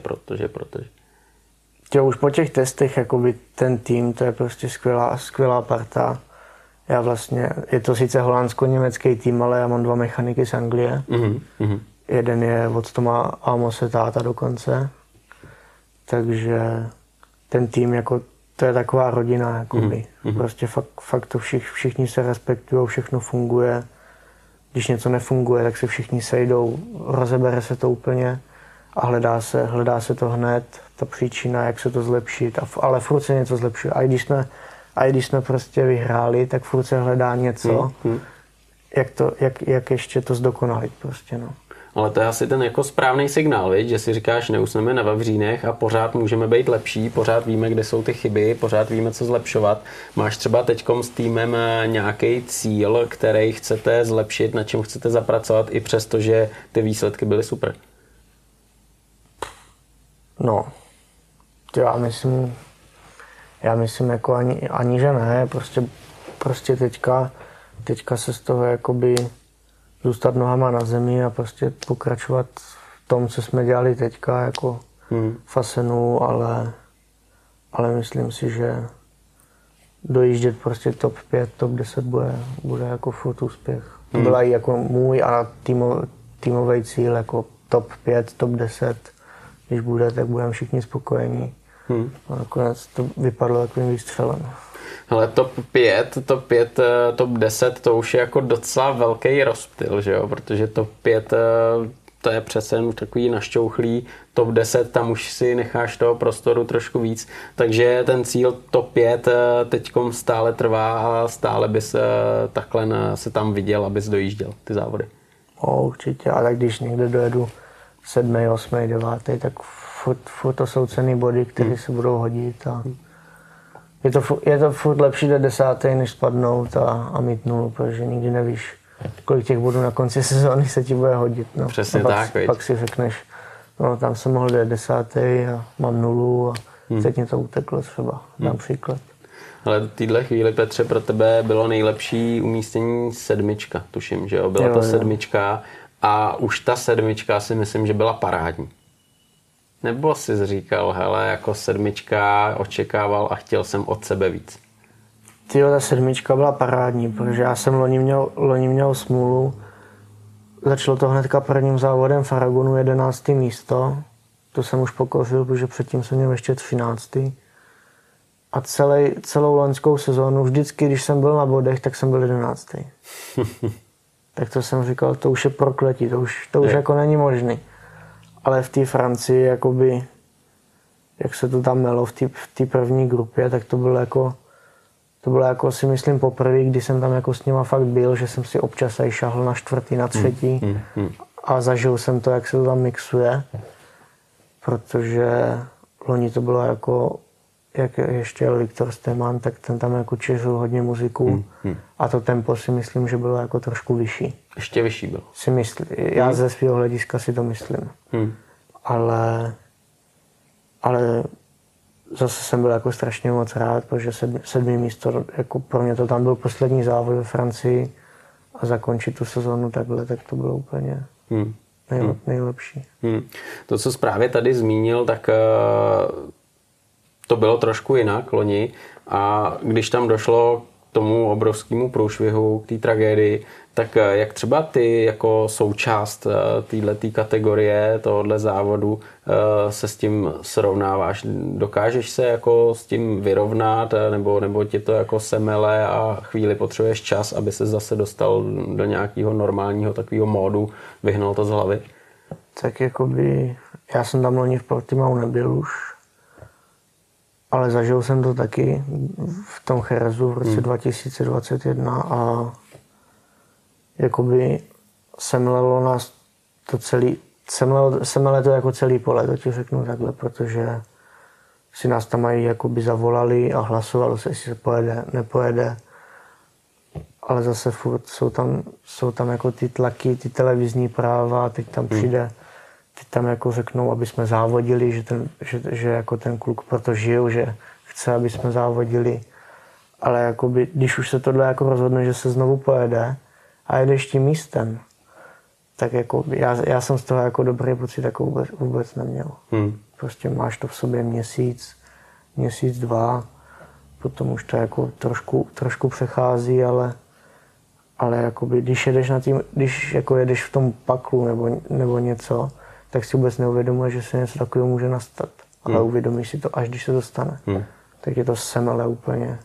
Už po těch testech, jakoby ten tým, to je prostě skvělá parta. Já vlastně, je to sice holandsko-německý tým, ale já mám 2 mechaniky z Anglie. Jeden je od Toma Amose táta dokonce. Takže ten tým jako to je taková rodina, jakoby. Prostě fakt to všichni se respektují, všechno funguje. Když něco nefunguje, tak se všichni sejdou, rozebere se to úplně a hledá se to hned, ta příčina, jak se to zlepšit, ale furt se něco zlepšuje. A i když jsme prostě vyhráli, tak furt se hledá něco, jak ještě to zdokonalit prostě, no. Ale to je asi ten jako správný signál, viď? Že si říkáš, neusneme na vavřínech a pořád můžeme být lepší, pořád víme, kde jsou ty chyby, pořád víme, co zlepšovat. Máš třeba teďkom s týmem nějaký cíl, který chcete zlepšit, na čem chcete zapracovat, i přesto, že ty výsledky byly super? No, já myslím jako ani že ne, prostě teďka se z toho jakoby zůstat nohama na zemi a prostě pokračovat v tom, co jsme dělali teďka jako v Asenu, ale myslím si, že dojíždět prostě top 5, top 10 bude jako furt úspěch. To byla i jako můj a týmový cíl, jako top 5, top 10, když bude, tak budeme všichni spokojení. A nakonec to vypadlo takovým výstřelem. Ale top 5, top 10, to už je jako docela velký rozptyl, že jo? Protože top 5 to je přece jen takový našťouchlý, top 10 tam už si necháš toho prostoru trošku víc, takže ten cíl top 5 teďkom stále trvá a stále bys takhle se tam viděl, abys dojížděl ty závody. Určitě, ale když někde dojedu 7., 8., 9., tak furt to jsou cenný body, které se budou hodit a je to furt lepší do 10., než spadnout a mít 0, protože nikdy nevíš, kolik těch bodů na konci sezóny se ti bude hodit. No. Přesně pak si řekneš, no tam jsem mohl do 10. a mám 0 a teď mě to uteklo třeba, dám příklad. Ale v téhle chvíli, Petře, pro tebe bylo nejlepší umístění 7, tuším, že jo? Byla to 7 a už ta 7 si myslím, že byla parádní. Nebo jsi říkal, hele, jako 7 očekával a chtěl jsem od sebe víc? Ta 7 byla parádní, protože já jsem loni měl smůlu. Začalo to hnedka prvním závodem v Aragonu 11. místo. to jsem už pokořil, protože předtím jsem měl ještě 13. A celou loňskou sezónu, vždycky, když jsem byl na bodech, tak jsem byl 11. Tak to jsem říkal, to už je prokletí, to už jako není možný. Ale v té Francii, jakoby, jak se to tam mělo v té první grupě, tak to bylo jako si myslím poprvé, kdy jsem tam jako s nima fakt byl, že jsem si občas aj šahl na 4., na 3. A zažil jsem to, jak se to tam mixuje, protože loni to bylo jako, jak ještě jel Viktor Steman, tak ten tam jako čeřil hodně muziku a to tempo si myslím, že bylo jako trošku vyšší. Ještě vyšší bylo. Já ze svého hlediska si to myslím. Ale zase jsem byl jako strašně moc rád, protože 7. místo, jako pro mě to tam byl poslední závod ve Francii a zakončit tu sezonu takhle, tak to bylo úplně nejlepší. To, co jsi právě tady zmínil, tak to bylo trošku jinak loni a když tam došlo k tomu obrovskému průšvihu, k té tragédii, tak jak třeba ty jako součást této kategorie, tohohle závodu se s tím srovnáváš? Dokážeš se jako s tím vyrovnat nebo ti to jako semele a chvíli potřebuješ čas, aby se zase dostal do nějakého normálního takového módu, vyhnal to z hlavy? Tak jakoby, já jsem tam loni v Portimao nebyl už, ale zažil jsem to taky v tom Cherezu v roce 2021 a jakoby semlelo nás to semele to jako celý pole, to ti řeknu takhle, protože si nás tam mají jakoby zavolali a hlasovalo se, jestli se pojede, nepojede. Ale zase furt jsou tam jako ty tlaky, ty televizní práva, teď tam přijde, teď tam jako řeknou, aby jsme závodili, že jako ten kluk proto žil, že chce, aby jsme závodili. Ale jakoby, když už se tohle jako rozhodne, že se znovu pojede a jedeš tím místem, tak jako já jsem z toho jako dobrý pocit jako vůbec neměl. Prostě máš to v sobě měsíc, 2, potom už to jako trošku přechází, ale jakoby, když jako jedeš v tom paklu nebo něco, tak si vůbec neuvědomuješ, že se něco takového může nastat. Ale uvědomíš si to, až když se to stane. Tak je to semele úplně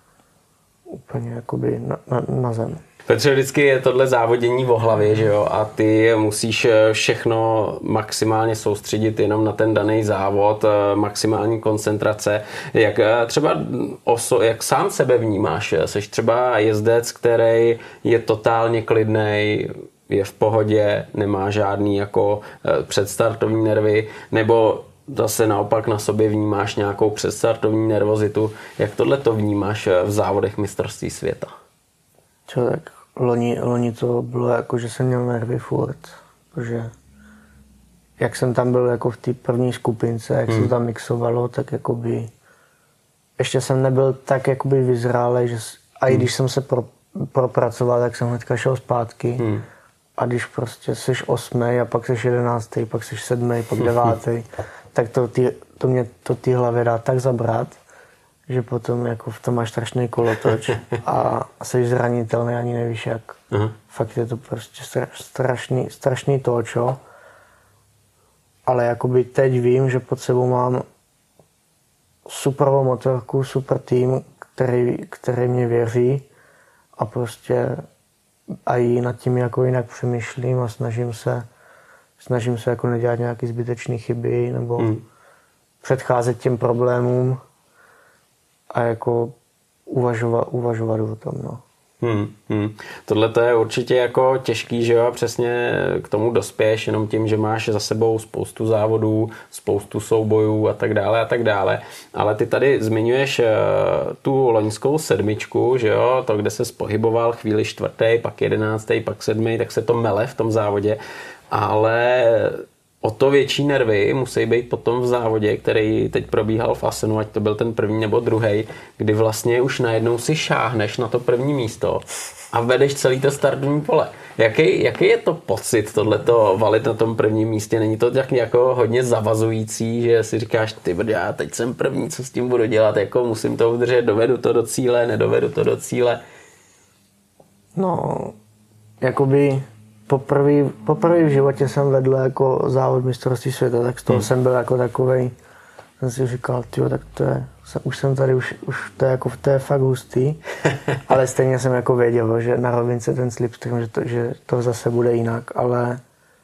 jakoby na zem. Petře, vždycky je tohle závodění o hlavě, že jo? A ty musíš všechno maximálně soustředit jenom na ten daný závod, maximální koncentrace. Jak třeba jak sám sebe vnímáš? Jsi třeba jezdec, který je totálně klidnej, je v pohodě, nemá žádný jako předstartovní nervy, nebo zase naopak na sobě vnímáš nějakou předstartovní nervozitu. Jak tohle to vnímáš v závodech mistrovství světa? Tak loni to bylo jako, že jsem měl nervy furt, protože jak jsem tam byl jako v té první skupince, jak se to tam mixovalo, tak jakoby ještě jsem nebyl tak jakoby vyzrálej, že a i když jsem se propracoval, tak jsem hnedka šel zpátky. A když prostě jsi 8. a pak jsi 11., pak jsi 7., pak 9., tak to mě to té hlavě dá tak zabrat, že potom jako v tom máš strašný kolotoč a jsi zranitelný, ani nevíš jak. Fakt je to prostě strašný točo. Ale jakoby teď vím, že pod sebou mám superovou motorku, super tým, který mě věří a prostě a i nad tím jako jinak přemýšlím a snažím se jako nedělat nějaký zbytečný chyby nebo předcházet těm problémům a jako uvažovat o tom, no. Tohle to je určitě jako těžký, že jo, a přesně k tomu dospěješ jenom tím, že máš za sebou spoustu závodů, spoustu soubojů a tak dále, ale ty tady zmiňuješ tu loňskou 7, že jo, to, kde se pohyboval chvíli 4., pak 11., pak 7., tak se to mele v tom závodě, ale o to větší nervy musí být potom v závodě, který teď probíhal v Assenu, ať to byl ten první nebo druhý, kdy vlastně už najednou si šáhneš na to první místo a vedeš celý to startovní pole. Jaký je to pocit tohleto valit na tom prvním místě? Není to tak jako hodně zavazující, že si říkáš, ty já teď jsem první, co s tím budu dělat, jako musím to udržet, dovedu to do cíle, nedovedu to do cíle? No, jakoby poprvé v životě jsem vedl jako závod mistrovství světa, tak z toho jsem byl jako takovej, jsem si říkal, tyjo, tak to je, už jsem tady, už to je fakt hustý, ale stejně jsem jako věděl, že na rovince ten slipstream, že to zase bude jinak, ale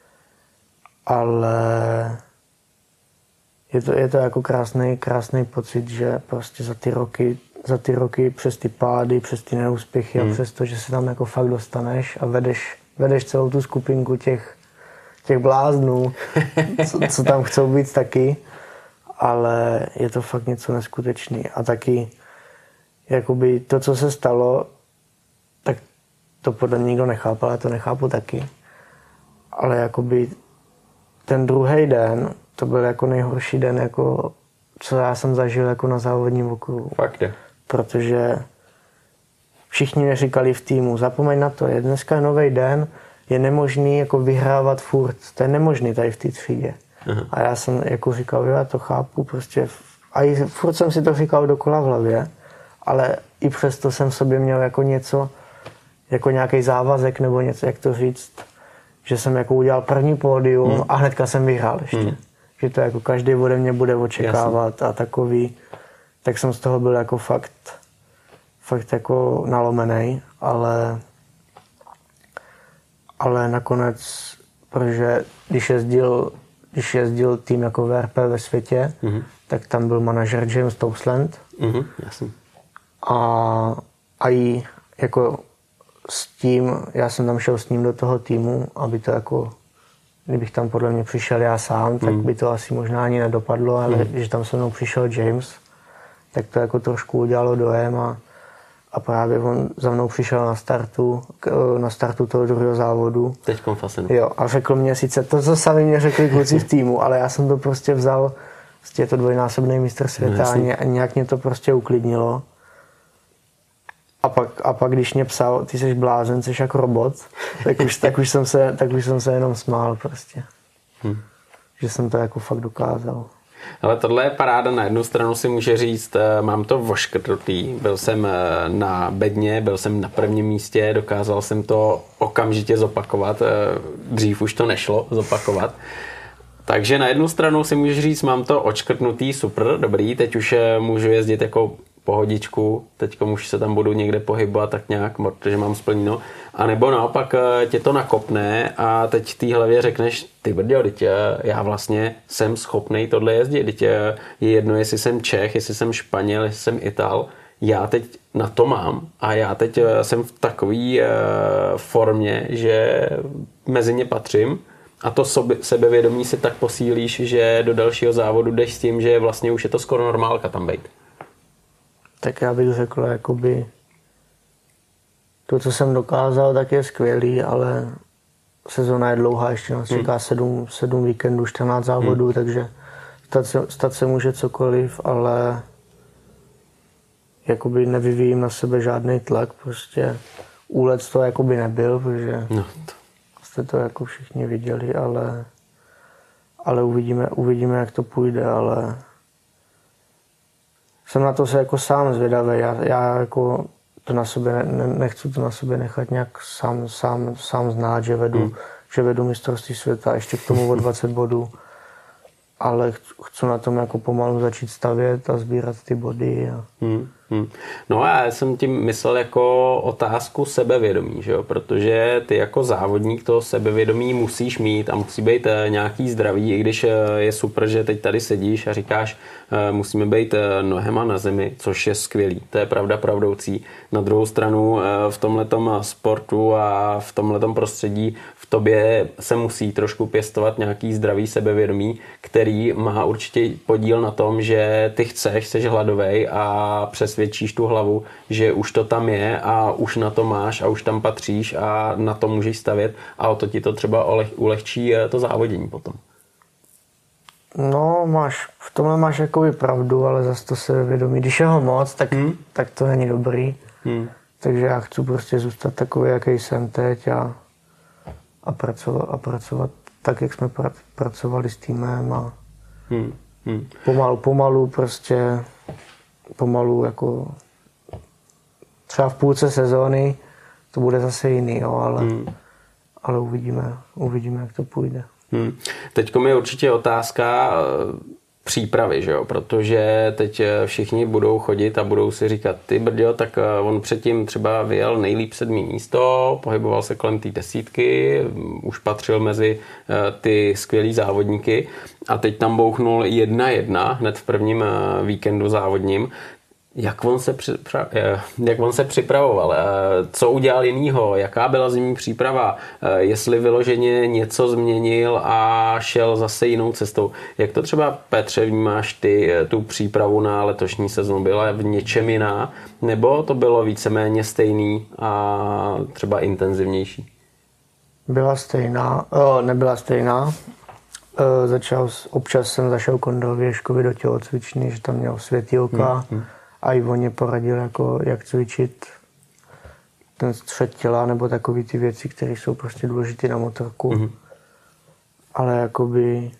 je to jako krásný pocit, že prostě za ty roky přes ty pády, přes ty neúspěchy a přes to, že se tam jako fakt dostaneš a vedeš celou tu skupinku těch bláznů, co tam chcou být taky, ale je to fakt něco neskutečný. A taky jakoby to, co se stalo, tak to podle mě nikdo nechápal, já to nechápu taky. Ale jakoby ten druhý den, to byl jako nejhorší den, jako, co já jsem zažil jako na závodním okruhu. Fakt je. Protože všichni mi říkali v týmu, zapomeň na to, dneska je nový den, je nemožný jako vyhrávat furt, to je nemožný tady v té třídě. Aha. A já jsem jako říkal, já to chápu, prostě, a i furt jsem si to říkal dokola v hlavě, ale i přesto jsem v sobě měl jako něco, jako nějaký závazek nebo něco, jak to říct, že jsem jako udělal první pódium a hnedka jsem vyhrál ještě. Že to jako každý ode mě bude očekávat. Jasně. A takový, tak jsem z toho byl jako fakt jako nalomenej, ale nakonec, protože když jezdil tým jako VRP ve světě, tak tam byl manažer James Tousland. Jasně. A i jako s tím, já jsem tam šel s ním do toho týmu, aby to jako, kdybych tam podle mě přišel já sám, tak by to asi možná ani nedopadlo, ale když tam se mnou přišel James, tak to jako trošku udělalo dojem a právě on za mnou přišel na startu toho druhého závodu. Teďkom v Asenu. Jo, a řekl mě sice to, co sami mě řekli kluci v týmu, ale já jsem to prostě vzal, je to dvojnásobný mistr světa a nějak mě to prostě uklidnilo. A pak když mě psal, ty jsi blázen, jsi jako robot, tak už jsem se jenom smál prostě. Že jsem to jako fakt dokázal. Ale tohle je paráda. Na jednu stranu si může říct, mám to voškrtnutý, byl jsem na bedně, byl jsem na prvním místě, dokázal jsem to okamžitě zopakovat, dřív už to nešlo zopakovat. Takže na jednu stranu si můžeš říct, mám to odškrtnutý, super, dobrý, teď už můžu jezdit jako pohodičku, teď už se tam budu někde pohybovat tak nějak, protože mám splněno. A nebo naopak tě to nakopne a teď v té hlavě řekneš, ty brďo, teď já vlastně jsem schopnej tohle jezdit, teď je jedno, jestli jsem Čech, jestli jsem Španěl, jestli jsem Ital, já teď na to mám a já teď jsem v takové formě, že mezi ně patřím a to sebevědomí si tak posílíš, že do dalšího závodu jdeš s tím, že vlastně už je to skoro normálka tam být. Tak já bych řekl, jakoby to, co jsem dokázal, tak je skvělý, ale sezona je dlouhá, ještě nás čeká 7 víkendů, 14 závodů, takže stát se může cokoliv, ale jakoby nevyvíjím na sebe žádný tlak, prostě úlec to jakoby nebyl, protože jste to jako všichni viděli, ale uvidíme, jak to půjde, ale jsem na to se jako sám zvědavý. Já jako to na sobě nechci to na sobě nechat nějak sám znát, že vedu mistrovství světa, ještě k tomu o 20 bodů. Ale chci na tom jako pomalu začít stavět a sbírat ty body. No a já jsem tím myslel jako otázku sebevědomí, že jo? Protože ty jako závodník to sebevědomí musíš mít a musí být nějaký zdravý, i když je super, že teď tady sedíš a říkáš, musíme být nohama na zemi, což je skvělý, to je pravda pravdoucí. Na druhou stranu v tomhletom sportu a v tomhletom prostředí v tobě se musí trošku pěstovat nějaký zdravý sebevědomí, který má určitě podíl na tom, že ty jsi hladovej a přesvědčíš tu hlavu, že už to tam je a už na to máš a už tam patříš a na to můžeš stavět a o to ti to třeba ulehčí to závodění potom. No, v tomhle máš jakoby pravdu, ale zase to sebevědomí, když je ho moc, tak to není dobrý. Takže já chci prostě zůstat takový, jaký jsem teď a pracovat tak, jak jsme pracovali s týmem a pomalu jako třeba v půlce sezóny to bude zase jiný, jo, ale uvidíme, jak to půjde. Teďko mi je určitě otázka přípravy, že jo? Protože teď všichni budou chodit a budou si říkat, ty brďo, tak on předtím třeba vyjel nejlíp 7. místo, pohyboval se kolem té 10, už patřil mezi ty skvělý závodníky a teď tam bouchnul 1-1 hned v prvním víkendu závodním. Jak on se připravoval? Co udělal jinýho? Jaká byla zimní příprava? Jestli vyloženě něco změnil a šel zase jinou cestou? Jak to třeba, Petře, vnímáš ty, tu přípravu na letošní sezonu? Byla v něčem jiná? Nebo to bylo víceméně stejný a třeba intenzivnější? Byla stejná, nebyla stejná. Občas jsem zašel Kondorovi Ježkovi do tělocvičny, že tam měl světýlka. A i on mě poradil, jako, jak cvičit ten střed těla nebo takový ty věci, které jsou prostě důležité na motorku. Ale jakoby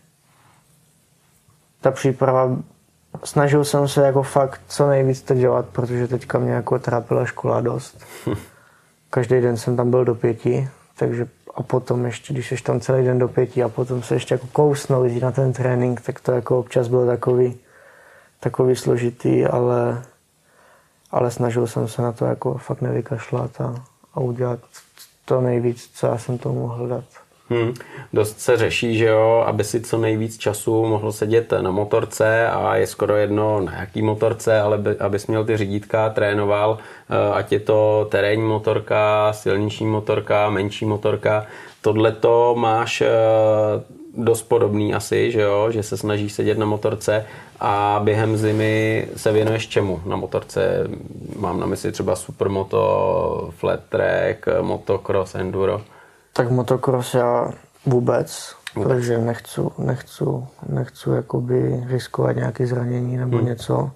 ta příprava, snažil jsem se jako fakt co nejvíc to dělat, protože teďka mě jako trápila škola dost. Každý den jsem tam byl do 5, takže a potom ještě, když jsi tam celý den do 5 a potom se ještě jako kousnout jít na ten trénink, tak to jako občas bylo takový složitý, ale snažil jsem se na to jako fakt nevykašlat a udělat to nejvíc, co já jsem tomu mohl dát. Dost se řeší, že jo, aby si co nejvíc času mohl sedět na motorce a je skoro jedno na jaký motorce, ale abys měl ty řídítka, trénoval, ať je to terénní motorka, silniční motorka, menší motorka. Tohleto máš dost podobný asi, že jo, že se snažíš sedět na motorce a během zimy se věnuješ čemu na motorce? Mám na mysli třeba supermoto, flat track, motocross, enduro. Tak motocross já vůbec. Protože nechci jakoby riskovat nějaké zranění nebo něco.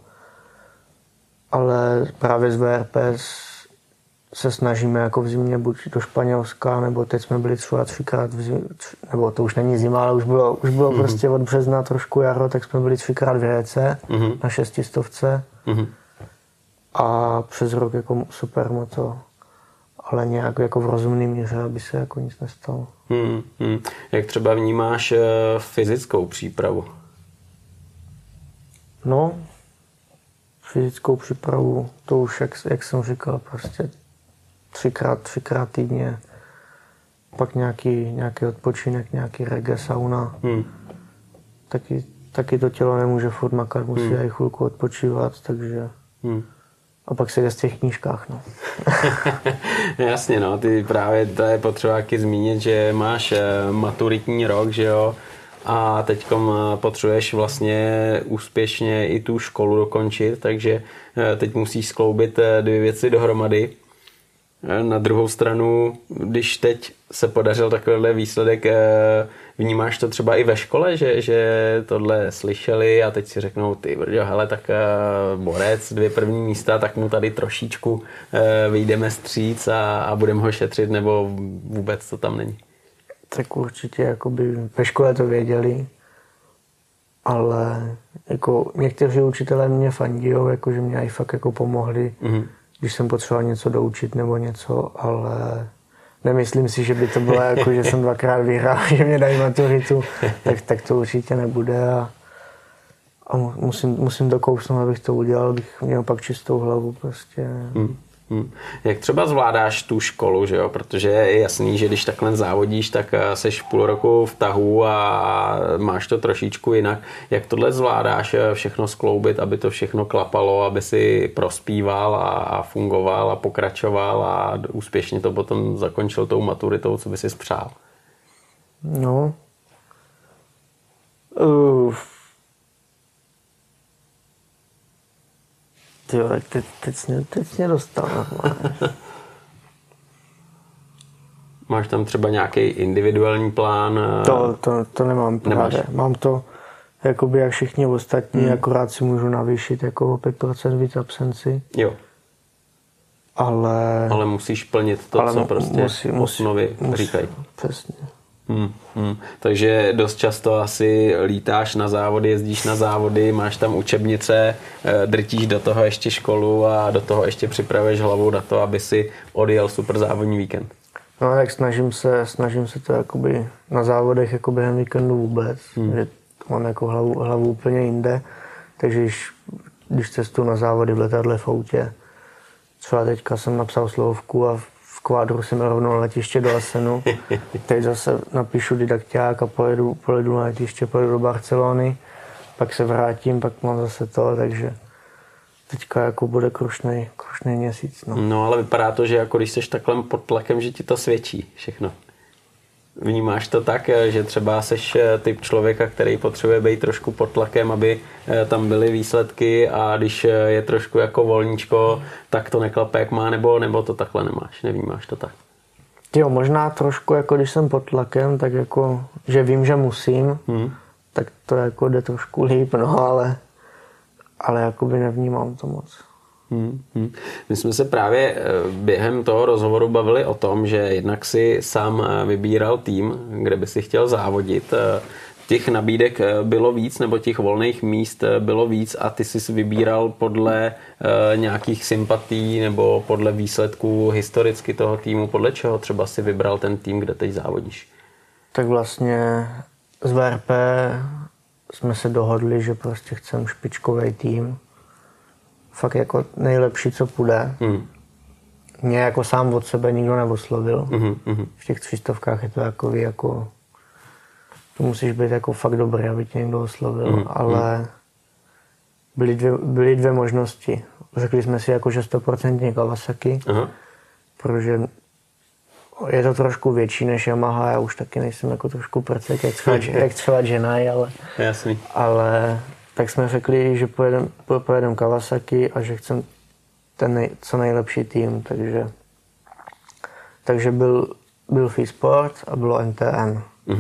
Ale právě z VRP se snažíme jako v zimě buď do Španělska, nebo teď jsme byli třeba 3krát v zimě, nebo to už není zima, ale už bylo prostě od března trošku jaro, tak jsme byli 3krát v Réce na 600. A přes rok jako supermoto, ale nějak jako v rozumný míře, aby se jako nic nestalo. Jak třeba vnímáš fyzickou přípravu? No, fyzickou přípravu, to už, jak jsem říkal, prostě 3krát týdně, pak nějaký odpočinek, nějaký reggae, sauna. Taky to tělo nemůže furt makat, musí i chvilku odpočívat, takže... A pak se jde z těch knížkách, no. Jasně, no, ty právě to je potřeba taky zmínit, že máš maturitní rok, že jo, a teďkom potřebuješ vlastně úspěšně i tu školu dokončit, takže teď musíš skloubit 2 věci dohromady. Na druhou stranu, když teď se podařil takovýhle výsledek, vnímáš to třeba i ve škole, že tohle slyšeli a teď si řeknou, ty brďo, hele, tak borec, 2 první místa, tak mu tady trošičku vyjdeme stříc a budeme ho šetřit, nebo vůbec to tam není? Tak určitě, jakoby ve škole to věděli, ale jako někteří učitelé mě fandijou, jako že mě i fakt jako pomohli, když jsem potřeboval něco doučit nebo něco, ale nemyslím si, že by to bylo jako, že jsem 2krát vyhrál, že mě dají maturitu, tak to určitě nebude a musím dokousnout, abych to udělal, abych měl pak čistou hlavu prostě. Jak třeba zvládáš tu školu, že jo? Protože je jasný, že když takhle závodíš, tak seš půl roku v tahu a máš to trošičku jinak. Jak tohle zvládáš všechno skloubit, aby to všechno klapalo, aby si prospíval a fungoval a pokračoval a úspěšně to potom zakončil tou maturitou, co by si přál? No. Jo, tak teď mě dostal. Máš tam třeba nějaký individuální plán? To nemám právě. Mám to jakoby jak všichni ostatní, akorát si můžu navýšit jako o 5% víc absenci. Jo. Ale musíš plnit to, co prostě osnovy říkají. Přesně. Takže dost často asi lítáš na závody, jezdíš na závody, máš tam učebnice, drtíš do toho ještě školu a do toho ještě připravuješ hlavu na to, aby si odjel super závodní víkend. No tak snažím se to jakoby na závodech jako během víkendu vůbec, že mám jako hlavu úplně jinde, takže když cestuju na závody v letadle, v autě, třeba teďka jsem napsal slohovku a v kvádru jsem rovnou na letiště do Asenu, teď zase napíšu didakťák a pojedu na letiště, pojedu do Barcelony, pak se vrátím, pak mám zase to, takže teďka jako bude krušnej měsíc. No ale vypadá to, že jako když jsi takhle pod tlakem, že ti to svědčí všechno. Vnímáš to tak, že třeba seš typ člověka, který potřebuje být trošku pod tlakem, aby tam byly výsledky a když je trošku jako volníčko, tak to neklape jak má, nebo to takhle nemáš, nevnímáš to tak? Jo, možná trošku, jako když jsem pod tlakem, tak jako, že vím, že musím, tak to jako jde trošku líp, no ale jakoby nevnímám to moc. My jsme se právě během toho rozhovoru bavili o tom, že jednak si sám vybíral tým, kde by si chtěl závodit. Těch nabídek bylo víc, nebo těch volných míst bylo víc a ty jsi vybíral podle nějakých sympatí nebo podle výsledků historicky toho týmu. Podle čeho třeba si vybral ten tým, kde teď závodíš? Tak vlastně z VRP jsme se dohodli, že prostě chceme špičkový tým. Fakt jako nejlepší, co půjde. Mě jako sám od sebe nikdo neoslovil. V těch 300 je to takový jako... To musíš být jako fakt dobrý, aby tě někdo oslovil, ale byly dvě možnosti. Řekli jsme si jako, že 100% Kawasaki, protože je to trošku větší než Yamaha, já už taky nejsem jako trošku prcek, jak třeba Genai, ale... Jasný. Ale tak jsme řekli, že pojedeme Kawasaki a že chceme ten co nejlepší tým, takže byl FISport a bylo NTN.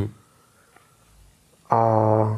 A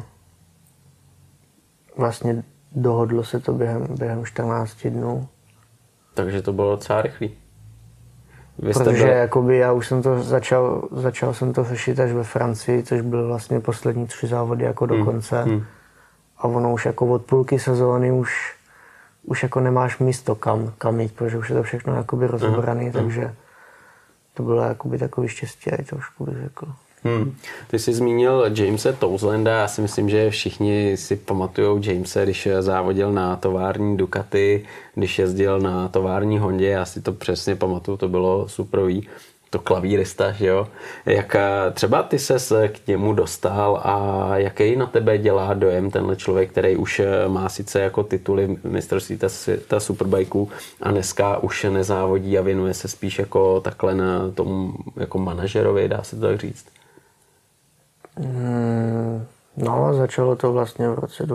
vlastně dohodlo se to během 14 dnů. Takže to bylo docela rychlý. Protože jakoby já už jsem to začal jsem to řešit až ve Francii, což byly vlastně poslední 3 závody jako do konce. A ono už jako od půlky sezóny už jako nemáš místo kam jít, protože už je to všechno jakoby rozebraný, takže to bylo jakoby takový štěstí, trošku bych řekl. Ty jsi zmínil Jamese Towslanda, já si myslím, že všichni si pamatujou Jamese, když závodil na tovární Ducati, když jezdil na tovární Hondě, já si to přesně pamatuju, to bylo superový, to klavírista, že jo. Jak třeba ty ses k němu dostal a jaký na tebe dělá dojem tenhle člověk, který už má sice jako tituly mistrovství světa superbajků a dneska už nezávodí a věnuje se spíš jako takhle na tomu jako manažerovi, dá se to tak říct? No, začalo to vlastně v roce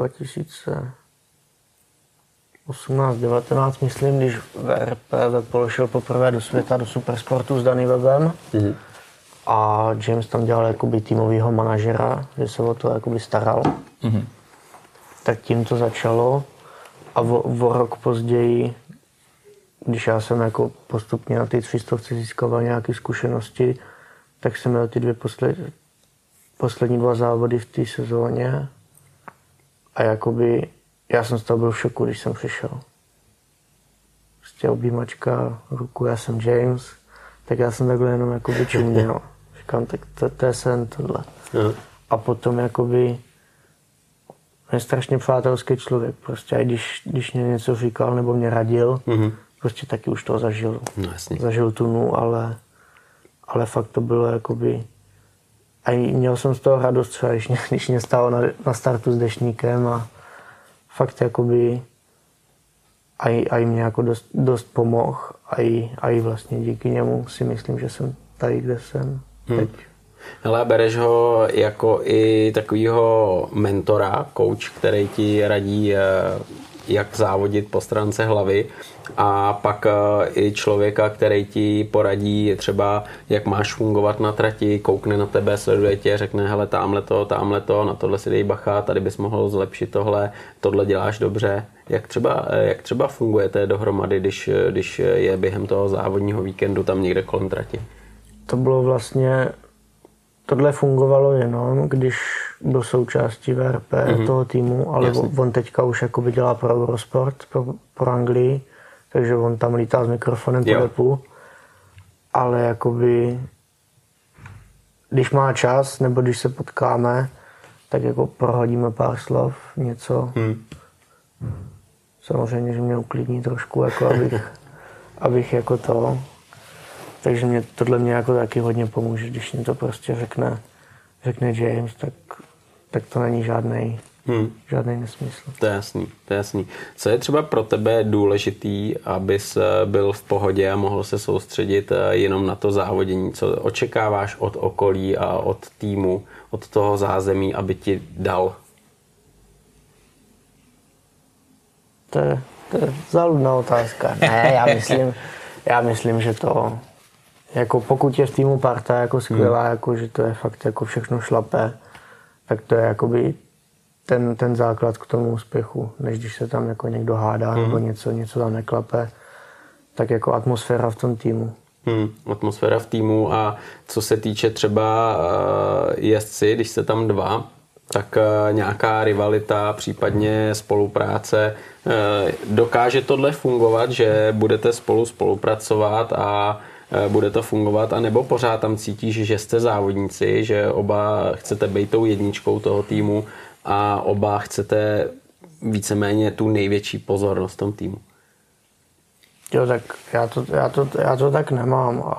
2018-19, myslím, když VRP položil poprvé do světa do Supersportu s Danny Webem. A James tam dělal jakoby týmovýho manažera, že se o to jakoby staral. Tak tím to začalo a o rok později, když já jsem jako postupně na ty 300 získával nějaké zkušenosti, tak jsem měl ty poslední 2 závody v té sezóně a jakoby já jsem z toho byl v šoku, když jsem přišel. Prostě objímačka, ruku, já jsem James, tak já jsem takhle jenom jakoby čuměl. Říkám, tak to je sen tohle. A potom jakoby je strašně přátelský člověk, prostě a když mě něco říkal nebo mě radil, prostě taky už to zažil. Zažil tunu, ale fakt to bylo jakoby. A měl jsem z toho radost třeba, když mě stálo na startu s dešníkem a fakt jakoby a mě jako dost pomohl a i vlastně díky němu si myslím, že jsem tady, kde jsem teď. Hele, bereš ho jako i takovýho mentora, coach, který ti radí, jak závodit po stránce hlavy a pak i člověka, který ti poradí třeba, jak máš fungovat na trati, koukne na tebe, sleduje tě, řekne, hele, tamhle to, na tohle si dej bacha, tady bys mohl zlepšit tohle děláš dobře. Jak třeba fungujete dohromady, když je během toho závodního víkendu tam někde kolem trati? To bylo vlastně, tohle fungovalo jenom, když byl součástí VRP toho týmu, ale on teďka už jakoby dělá pro Eurosport, pro Anglii, takže on tam lítá s mikrofonem po depu. ale jakoby když má čas, nebo když se potkáme, tak jako prohodíme pár slov, něco. Samozřejmě, že mě uklidní trošku, jako abych jako to. Takže tohle mě jako taky hodně pomůže, když mi to prostě řekne James, tak to není žádný nesmysl. To je jasný. Co je třeba pro tebe důležitý, abys byl v pohodě a mohl se soustředit jenom na to závodění? Co očekáváš od okolí a od týmu, od toho zázemí, aby ti dal? To je záludná otázka. Ne, já myslím, že to, jako pokud je v týmu parta jako skvělá, jako, že to je fakt jako všechno šlape, tak to je jakoby ten základ k tomu úspěchu, než když se tam jako někdo hádá nebo něco tam neklape, tak jako atmosféra v tom týmu. Atmosféra v týmu a co se týče třeba jezdci, když jste tam dva, tak nějaká rivalita, případně spolupráce. Dokáže tohle fungovat, že budete spolupracovat a bude to fungovat, anebo pořád tam cítíš, že jste závodníci, že oba chcete být tou jedničkou toho týmu a oba chcete víceméně tu největší pozornost v tom týmu? Jo, tak já to tak nemám,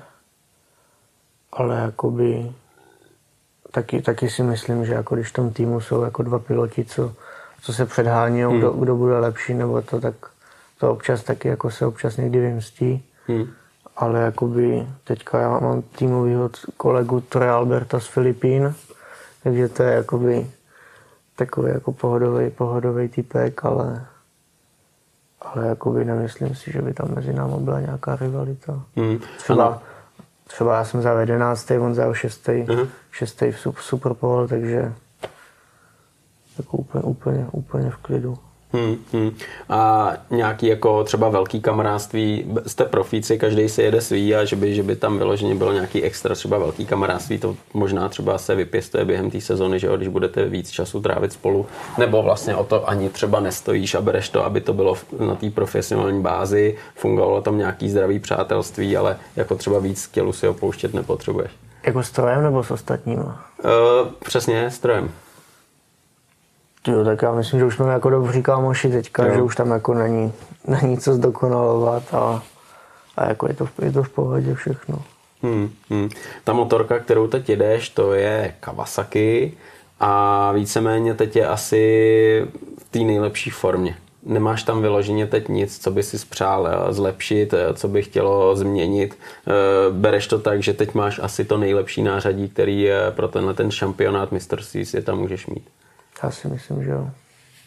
ale jakoby taky si myslím, že jako když v tom týmu jsou jako dva piloti, co se předhání, kdo bude lepší, nebo to, tak to občas taky jako se občas někdy vymstí. Ale jakoby teďka já mám týmovýho kolegu Troje Alberta z Filipín, takže to je jakoby takový jako pohodový typek, ale jakoby nemyslím si, že by tam mezi námi byla nějaká rivalita. Třeba já jsem za 11. on za 6. v Superpole, takže jako úplně v klidu. A nějaký jako třeba velký kamarádství, jste profíci, každý si jede svý a že by tam vyloženě bylo nějaký extra třeba velký kamarádství, to možná třeba se vypěstuje během té sezony, že jo, když budete víc času trávit spolu, nebo vlastně o to ani třeba nestojíš a bereš to, aby to bylo na té profesionální bázi, fungovalo tam nějaký zdravý přátelství, ale jako třeba víc skillu si opouštět nepotřebuješ. Jako s Trojem nebo s ostatníma? Přesně, s Trojem. Jo, tak já myslím, že už jsme jako dobří kámoši teďka, že už tam jako není co zdokonalovat a jako je to v pohodě všechno. Ta motorka, kterou teď jedeš, to je Kawasaki a víceméně teď je asi v té nejlepší formě. Nemáš tam vyloženě teď nic, co by si přál zlepšit, co by chtělo změnit. Bereš to tak, že teď máš asi to nejlepší nářadí, který je pro ten šampionát mistrovství světa můžeš mít. Já si myslím, že jo.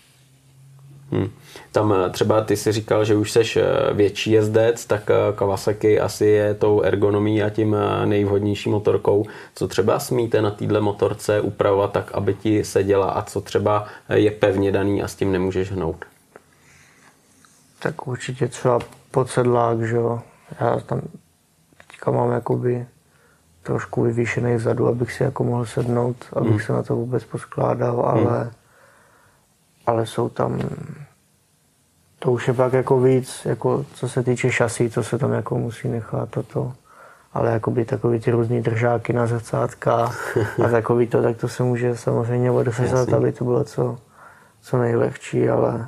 Tam třeba ty si říkal, že už seš větší jezdec, tak Kawasaki asi je tou ergonomií a tím nejvhodnější motorkou. Co třeba smíte na téhle motorce upravovat tak, aby ti seděla a co třeba je pevně daný a s tím nemůžeš hnout? Tak určitě třeba podsedlák, že jo. Já tam teďka mám jakoby trošku vyvýšený vzadu, abych si jako mohl sednout, abych se na to vůbec poskládal, ale jsou tam, to už je pak jako víc, jako co se týče šasí, co se tam jako musí nechat toto, ale jakoby takový ty různý držáky na zrcátka a takový to, tak to se může samozřejmě odřezat, aby to bylo co nejlehčí, ale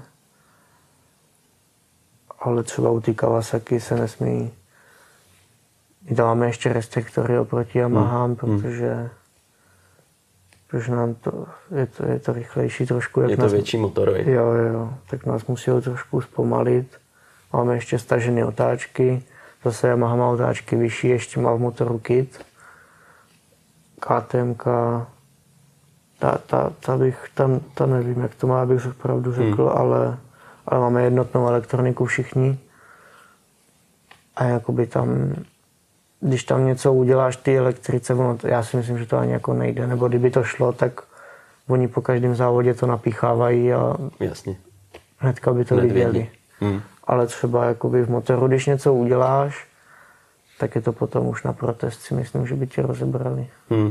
třeba u té Kawasaki se nesmí. My tam máme ještě restriktory oproti Yamahám, protože nám je to rychlejší trošku. Je to větší motor, Jo, tak nás musí trošku zpomalit. Máme ještě stažené otáčky, zase Yamaha má otáčky vyšší, ještě má v motoru kit. KTMka, ta nevím, jak to má, abych opravdu řekl, ale máme jednotnou elektroniku všichni. A jakoby tam, když tam něco uděláš ty elektrice, já si myslím, že to ani jako nejde, nebo kdyby to šlo, tak oni po každém závodě to napíchávají a jasně. Hnedka by to viděli. Ale třeba jakoby v motoru, když něco uděláš, tak je to potom už na protest, si myslím, že by tě rozebrali.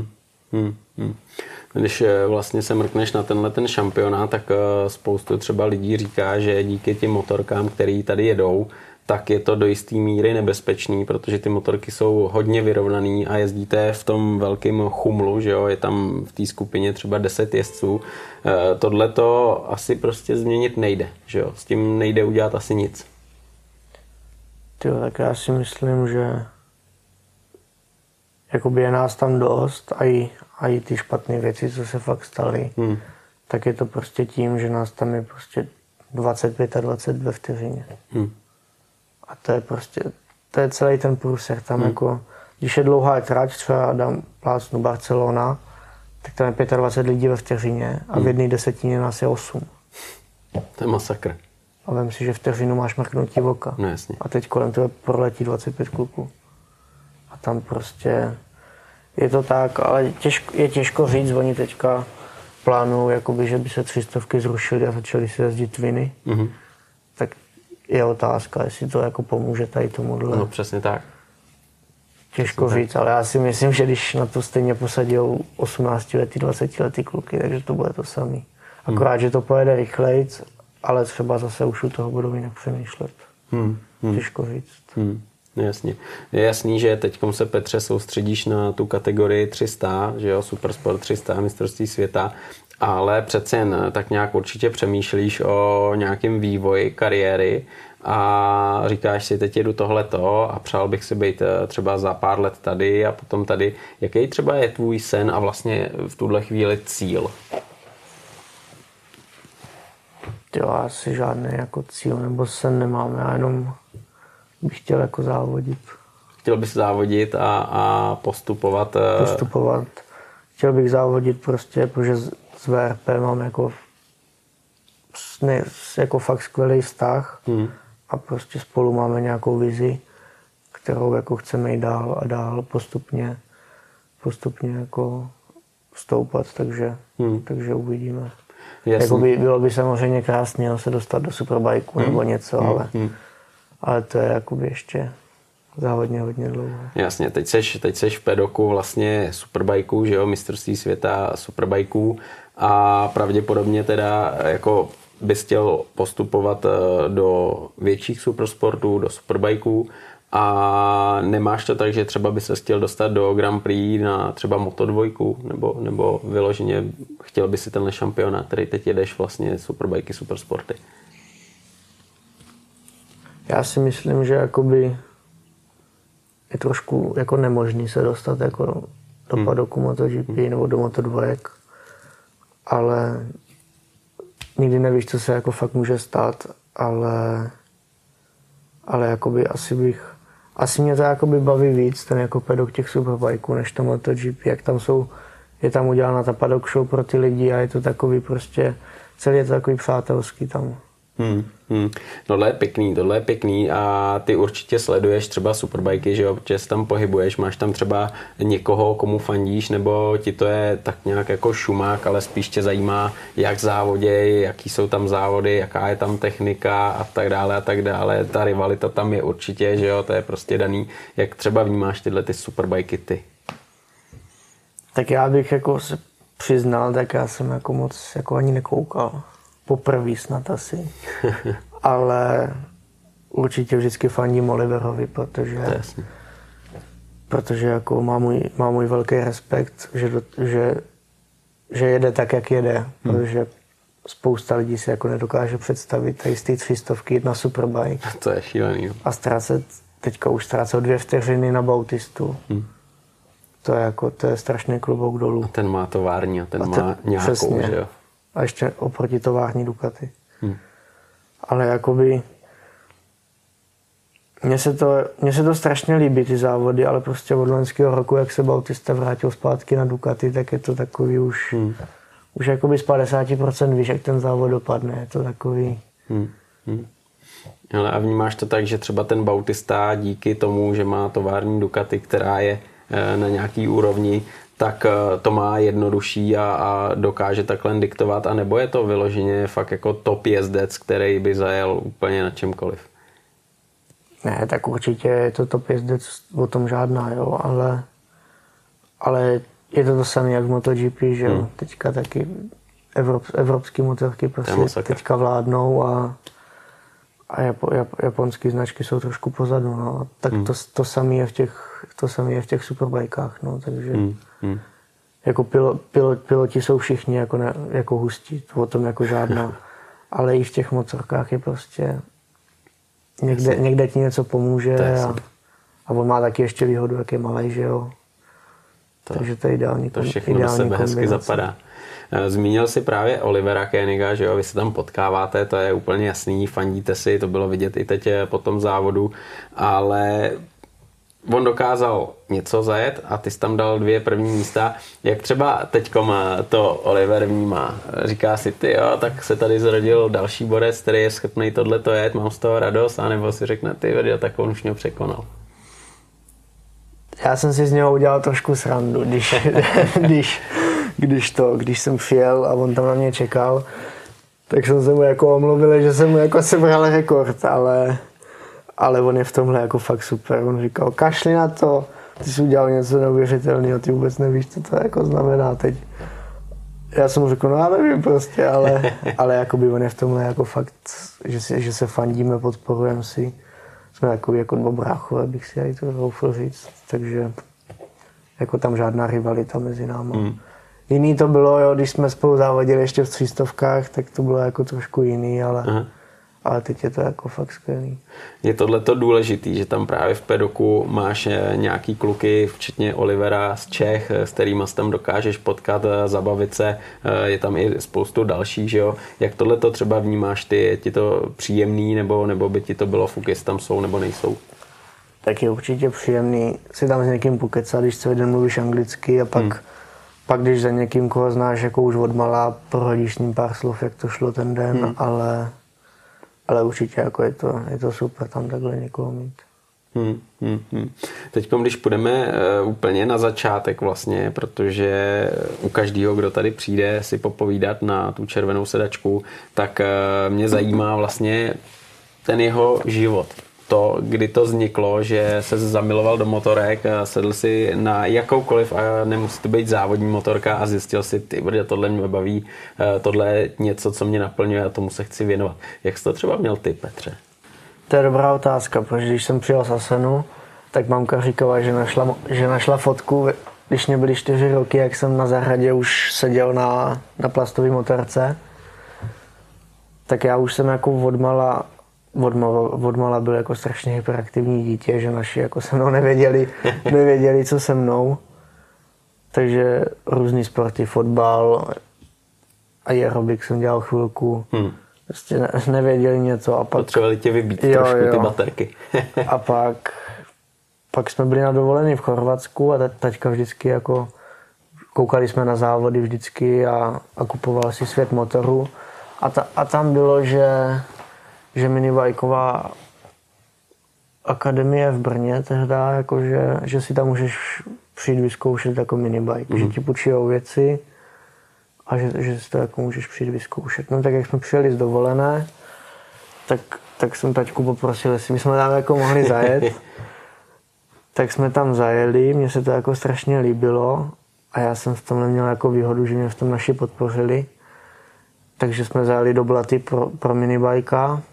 Když vlastně se mrkneš na ten šampionát, tak spoustu třeba lidí říká, že díky těm motorkám, který tady jedou, tak je to do jisté míry nebezpečný, protože ty motorky jsou hodně vyrovnaný a jezdíte v tom velkém chumlu, že jo, je tam v té skupině třeba 10 jezdců. Tohle to asi prostě změnit nejde, že jo, s tím nejde udělat asi nic. Tyjo, tak já si myslím, že jakoby je nás tam dost a i ty špatné věci, co se fakt staly, tak je to prostě tím, že nás tam je prostě 25 a 20 ve vteřině. A to je prostě, to je celý ten průser. Tam jako, když je dlouhá trať, třeba dám plácnu Barcelona, tak tam je 25 lidí ve vteřině a v jedné desetině nás je 8. To je masakr. A vem si, že vteřinu máš mrknutí oka. No jasně. A teď kolem tebe proletí 25 kluků. A tam prostě je to tak, ale je těžko říct, oni teďka plánují, jakoby, že by se 300 zrušily a začaly se jezdit twiny. Tak je otázka, jestli to jako pomůže tady tomuhle. No přesně tak. Těžko říct, ale já si myslím, že když na to stejně posadí 18letý, 20letý kluky, takže to bude to samý. Akorát, že to pojede rychlejc, ale třeba zase už u toho budou jinak přemýšlet. Těžko říct. Jasně. Je jasný, že teď se, Petře, soustředíš na tu kategorii 300, že jo, Supersport 300, mistrovství světa, ale přece jen tak nějak určitě přemýšlíš o nějakém vývoji kariéry a říkáš si, teď jedu tohleto a přál bych si být třeba za pár let tady a potom tady. Jaký třeba je tvůj sen a vlastně v tuhle chvíli cíl? Jo, asi žádný jako cíl nebo sen nemám, já jenom bych chtěl jako závodit. Chtěl bys závodit a postupovat? Postupovat. Chtěl bych závodit prostě, protože s VRP mám jako fakt skvělý vztah a prostě spolu máme nějakou vizi, kterou jako chceme jít dál a dál postupně jako stoupat, takže uvidíme. Jakoby bylo by samozřejmě krásně se dostat do Superbikeu nebo něco, ale to je jakoby ještě hodně dlouho. Jasně, teď seš v pedoku vlastně Superbikeu, že jo, mistrovství světa Superbikeu a pravděpodobně teda jako bys chtěl postupovat do větších supersportů, do Superbikeu a nemáš to tak, že třeba by se chtěl dostat do Grand Prix na třeba Moto2 nebo vyloženě chtěl by si tenhle šampionát, který teď jedeš vlastně Superbikey, Supersporty? Já si myslím, že jakoby je trošku jako nemožný se dostat jako do padoku MotoGP nebo do Moto2, ale nikdy nevíš, co se jako fakt může stát, ale jakoby asi mě to jakoby baví víc, ten jako padok těch Superbikeů, než to MotoGP, jak tam je tam udělána ta paddock show pro ty lidi a je to takový prostě, celý je to takový přátelský tam. Tohle je pěkný a ty určitě sleduješ třeba Superbikey, že jo, protože se tam pohybuješ, máš tam třeba někoho, komu fandíš, nebo ti to je tak nějak jako šumák, ale spíš tě zajímá, jak závoděj, jaký jsou tam závody, jaká je tam technika a tak dále. Ta rivalita tam je určitě, že jo, to je prostě daný. Jak třeba vnímáš tyhle ty Superbikey ty? Tak já bych jako se přiznal, tak já jsem jako moc jako ani nekoukal. Poprvé snad asi. Ale určitě vždycky fandím Oliverovi, protože jako má můj velký respekt, že jede tak, jak jede. Protože spousta lidí si jako nedokáže představit tady z té 300 jít na Superbike. To je šílený. A teďka už ztrácel 2 vteřiny na Bautistu. To je strašný klobouk dolů. A ten má tovární a ten má nějakou, přesně, že jo? A ještě oproti tovární Ducati. Ale jakoby mně se to strašně líbí, ty závody, ale prostě od loňského roku, jak se Bautista vrátil zpátky na Ducati, tak je to takový už jakoby z 50% víš, jak ten závod dopadne. Je to takový... Ale a vnímáš to tak, že třeba ten Bautista díky tomu, že má tovární Ducati, která je na nějaký úrovni, tak to má jednodušší a dokáže takhle diktovat, a nebo je to vyloženě fakt jako top jezdec, který by zajel úplně na čemkoliv? Ne, tak určitě je to top jezdec, o tom žádná, jo, ale je to samé jak v MotoGP, že jo, teďka taky evropský motorky prostě teďka vládnou a a japonské značky jsou trošku pozadu, no. Tak to samé je v těch superbajkách, no, takže jako piloti jsou všichni jako hustí, o tom jako žádná, ale i v těch motorkách je prostě někde ti něco pomůže a on má taky ještě výhodu, jak je malej, že jo. Takže to je ideální kombinace. To všechno do sebe hezky zapadá. Zmínil si právě Olivera Koeniga, že jo, vy se tam potkáváte, to je úplně jasný, fandíte si, to bylo vidět i teď po tom závodu, ale on dokázal něco zajet a ty jsi tam dal 2 první místa. Jak třeba teďkom to Oliver vnímá? Říká si ty, jo, tak se tady zrodil další borec, který je schopný tohleto jet, mám z toho radost, anebo si řekne, ty vedio, tak on už mě překonal. Já jsem si z něho udělal trošku srandu, když jsem přijel a on tam na mě čekal, tak jsem se mu jako omluvil, že jsem mu jako sebral rekord, ale on je v tomhle jako fakt super. On říkal, kašli na to, ty jsi udělal něco neuvěřitelného, ty vůbec nevíš, co to jako znamená teď. Já jsem mu řekl, no já nevím prostě, ale jakoby on je v tomhle jako fakt, že se fandíme, podporujeme si. Jsme takový jako 2 bráchové, bych si aj to doufal říct, takže jako tam žádná rivalita mezi náma. Jiný to bylo, jo, když jsme spolu závodili ještě v 300, tak to bylo jako trošku jiný, ale teď je to jako fakt skvělý. Je tohleto důležitý, že tam právě v pedoku máš nějaký kluky, včetně Olivera z Čech, s kterýma tam dokážeš potkat, zabavit se, je tam i spoustu dalších, že jo? Jak tohleto třeba vnímáš ty, je ti to příjemný, nebo by ti to bylo fuk, jestli tam jsou nebo nejsou? Tak je určitě příjemný si tam s někým pokecat, když celý den mluvíš anglicky a pak když za někým, koho znáš jako už odmala, prohodíš s ním pár slov, jak to šlo ten den, ale určitě jako je to super tam takhle někoho mít. Teď, když půjdeme úplně na začátek vlastně, protože u každého, kdo tady přijde si popovídat na tu červenou sedačku, tak mě zajímá vlastně ten jeho život. To, kdy to vzniklo, že se zamiloval do motorek, sedl si na jakoukoliv, a nemusí to být závodní motorka a zjistil si, ty brďo, tohle mě baví, tohle je něco, co mě naplňuje a tomu se chci věnovat. Jak jsi to třeba měl ty, Petře? To je dobrá otázka, protože když jsem přijel z Asenu, tak mamka říkala, že našla fotku, když mě byly 4 roky, jak jsem na zahradě už seděl na plastové motorce. Tak já už jsem jako odmala byl jako strašně hyperaktivní dítě, že naši jako se mnou nevěděli, co se mnou. Takže různý sporty, fotbal a aerobik jsem dělal chvilku. Prostě nevěděli něco a pak... Potřebovali tě vybít trošku ty baterky. A pak jsme byli na dovolený v Chorvatsku a taťka vždycky jako koukali jsme na závody vždycky a kupoval si svět motoru. A tam bylo, že minibajková akademie v Brně tehda, jakože, že si tam můžeš přijít vyzkoušet jako minibike, že ti půjčujou věci a že si to jako můžeš přijít vyzkoušet. No tak jak jsme přijeli z dovolené, tak jsem taťku poprosil, jestli my jsme tam jako mohli zajet. Tak jsme tam zajeli, mně se to jako strašně líbilo a já jsem v tomhle měl jako výhodu, že mě v tom naši podpořili. Takže jsme zajeli do Blaty pro minibajka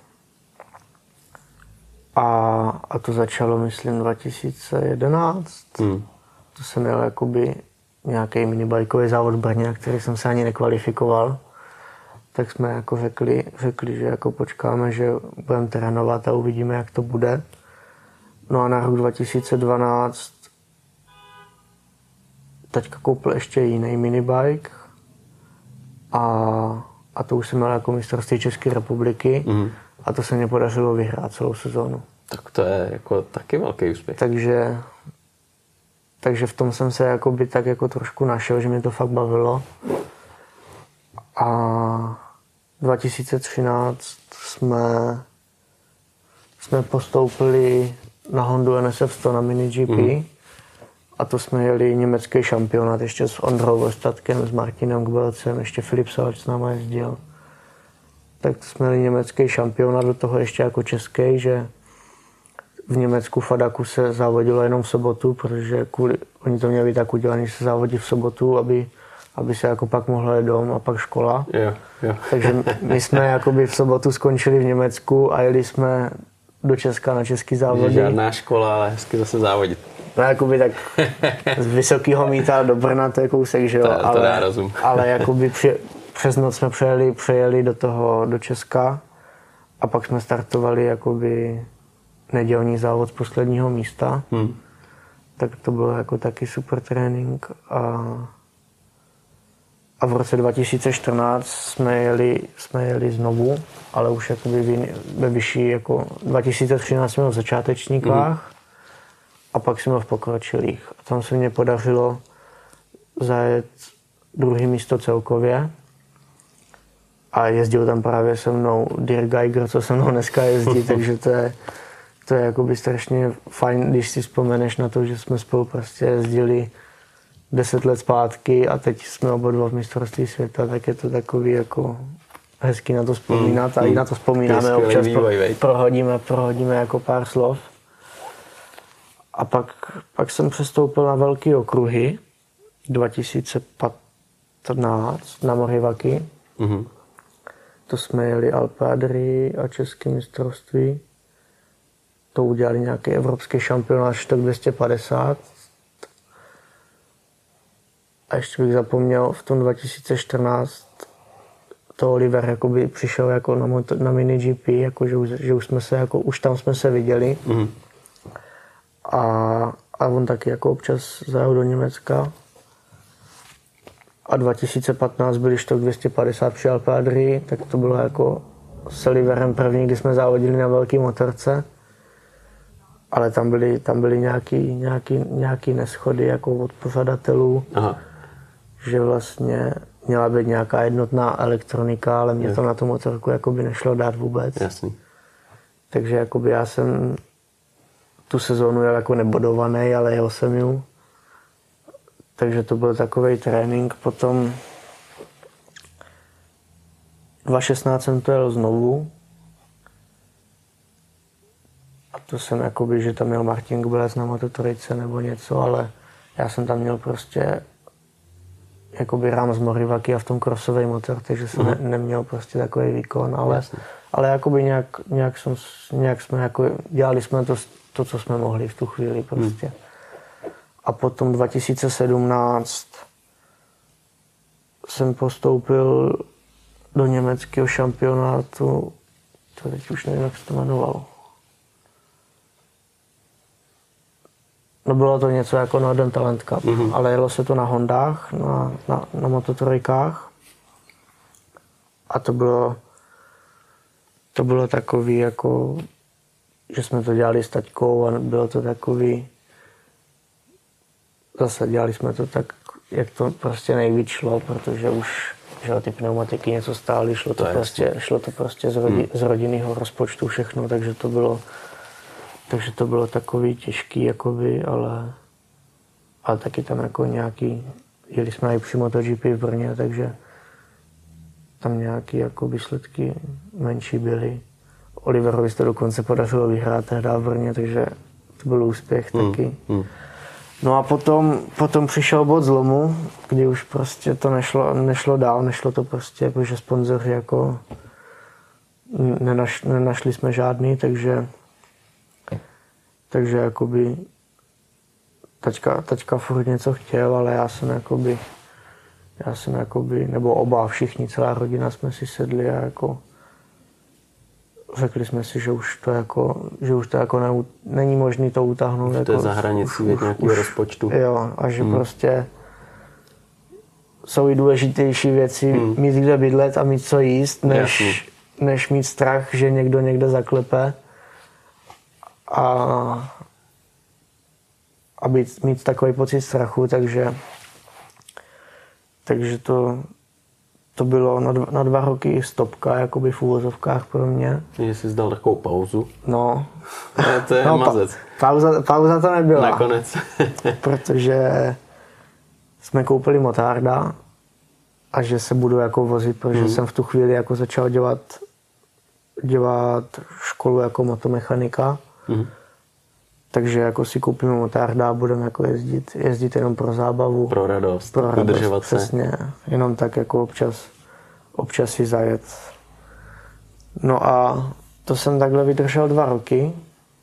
a to začalo, myslím, 2011. To jsem měl jakoby nějaký minibajkový závod v Brně, na který jsem se ani nekvalifikoval. Tak jsme jako řekli, že jako počkáme, že budeme trénovat a uvidíme, jak to bude. No a na rok 2012 taťka koupil ještě jiný minibike a to už jsem měl jako mistrovství České republiky a to se mě podařilo vyhrát celou sezónu. Tak to je jako taky velký úspěch. Takže v tom jsem se jakoby tak jako trošku našel, že mě to fakt bavilo. A 2013 jsme postoupili na Hondu NSF 100 na mini-GP a to jsme jeli německý šampionát ještě s Ondrou Ostatkem, s Martinem Gbelcem, ještě Filip Salč s náma jezdil. Tak jsme jeli německý šampionát, do toho ještě jako český, že v Německu v Adaku se závodilo jenom v sobotu, protože oni to měli tak udělané, že se závodí v sobotu, aby aby se jako pak mohlo jít dom a pak škola. Jo. Takže my jsme jakoby v sobotu skončili v Německu a jeli jsme do Česka na český závody. Žádná škola, ale hezky zase závodit. No jakoby tak z Vysokýho Mýta do Brna to je kousek, že jo, to dá rozum. Ale jakoby přes noc jsme přejeli do Česka a pak jsme startovali jakoby nedělní závod z posledního místa. Tak to bylo jako taky super trénink a v roce 2014 jsme jeli znovu, ale už jakoby ve vyšší, jako 2013 jsme v začátečních váh a pak jsme v pokročilých. A tam se mně podařilo zajet druhé místo celkově a jezdil tam právě se mnou Dirk Geiger, co se mnou dneska jezdí, takže to je jakoby strašně fajn, když si vzpomeneš na to, že jsme spolu prostě jezdili 10 let zpátky a teď jsme oba dva v mistrovství světa, tak je to takový jako hezký na to vzpomínat a i na to vzpomínáme občas, prohodíme jako pár slov. A pak jsem přestoupil na velký okruhy 2015 na Morivaky. To jsme jeli Alpe Adrii a české mistrovství. To udělali nějaký evropský šampionát štok 250. A ještě bych zapomněl, v tom 2014 to Oliver jakoby přišel jako na mini GP, jako že už tam jsme se viděli. A on taky jako občas zajel do Německa. A 2015 byli štok 250 při Alpe Adrii, tak to bylo jako s Oliverem první, kdy jsme závodili na velký motorce. Ale tam byly nějaký neschody jako od pořadatelů, že vlastně měla být nějaká jednotná elektronika, ale mě to na tu motorku jakoby nešlo dát vůbec. Jasný. Takže jakoby já jsem tu sezónu jel jako nebodovaný, ale jel jsem ju. Takže to byl takovej trénink. Potom 2016 jsem to jel znovu. A to jsem jakoby, že tam měl Martin Kubelec na Moto3 nebo něco, ale já jsem tam měl prostě jakoby rám z Morivaky a v tom crossový motor, takže jsem neměl prostě takový výkon, ale jakoby nějak jsme jako dělali jsme to, co jsme mohli v tu chvíli prostě. A potom 2017 jsem postoupil do německého šampionátu, to teď už nevím, jak se to jmenovalo. No bylo to něco jako Northern Talent Cup, ale jelo se to na Hondách, na Moto3. A to bylo takový jako, že jsme to dělali s taťkou a bylo to takový, zase dělali jsme to tak, jak to prostě nejvíc šlo, protože už že ty pneumatiky něco stály, šlo to prostě z rodinného rozpočtu všechno, takže to bylo takový těžký, jakoby, ale taky tam jako nějaký, jeli jsme i při MotoGP v Brně, takže tam nějaký jako výsledky menší byly. Oliverovi se to dokonce podařilo vyhrát tehdy v Brně, takže to byl úspěch taky. No a potom přišel bod zlomu, kdy už prostě to nešlo dál, nešlo to prostě, protože sponzoři jako nenašli jsme žádný, takže jakoby taťka furt něco chtěl, ale já jsem jakoby, nebo oba, všichni, celá rodina jsme si sedli a jako řekli jsme si, že už to jako není možné to utáhnout. Že to je za hranicí nějakého rozpočtu. Jo, a že prostě jsou i důležitější věci, mít kde bydlet a mít co jíst, než mít strach, že někdo někde zaklepe a mít takový pocit strachu, takže to bylo na 2 roky stopka, jakoby v uvozovkách pro mě. Že jsi dal takovou pauzu. No. To je mazec. Pauza to nebyla. Nakonec. Protože jsme koupili motárda a že se budu jako vozit, protože jsem v tu chvíli jako začal dělat školu jako motomechanika. Takže jako si koupíme motarda a budeme jako jezdit jenom pro zábavu. Pro radost, udržovat se. Přesně, jenom tak jako občas si zajet. No a to jsem takhle vydržel 2 roky.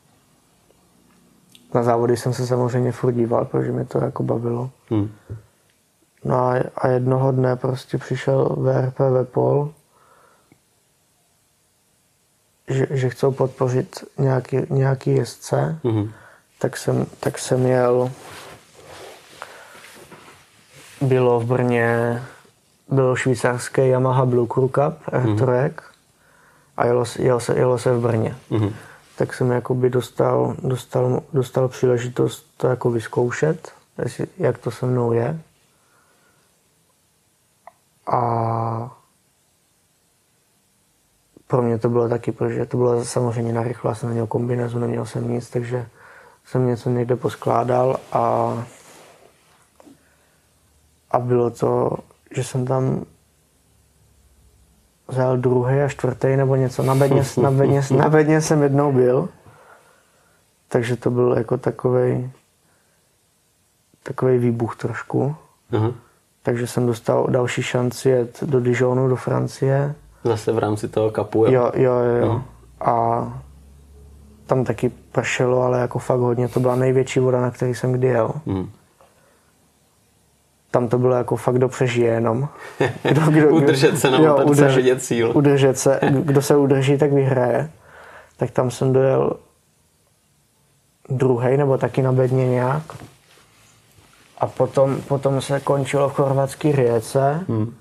Na závody jsem se samozřejmě furt díval, protože mě to jako bavilo. No a jednoho dne prostě přišel VRP Vepol, že chcou podpořit nějaký jezdce, tak jsem jel. Bylo v Brně, bylo švýcarské Yamaha Blue Crew Cup R3 a jelo se v Brně. Tak jsem jakoby dostal příležitost to jako vyzkoušet, jak to se mnou je. A pro mě to bylo taky, protože to bylo samozřejmě narychlo, jsem neměl kombinézu, neměl jsem nic, takže jsem něco někde poskládal a bylo to, že jsem tam zajel 2. a 4. nebo něco, na bedně jsem jednou byl, takže to byl jako takovej výbuch trošku. Takže jsem dostal další šanci jet do Dijonu, do Francie. Zase v rámci toho kapu, jo? Jo. A tam taky pršelo, ale jako fakt hodně. To byla největší voda, na který jsem kdy jel. Tam to bylo jako fakt do přežije jenom. Udržet se na motorce, vidět cíl. Udržet se. Kdo se udrží, tak vyhraje. Tak tam jsem dojel 2. nebo taky na bedně nějak. A potom se končilo v chorvatské Rijece.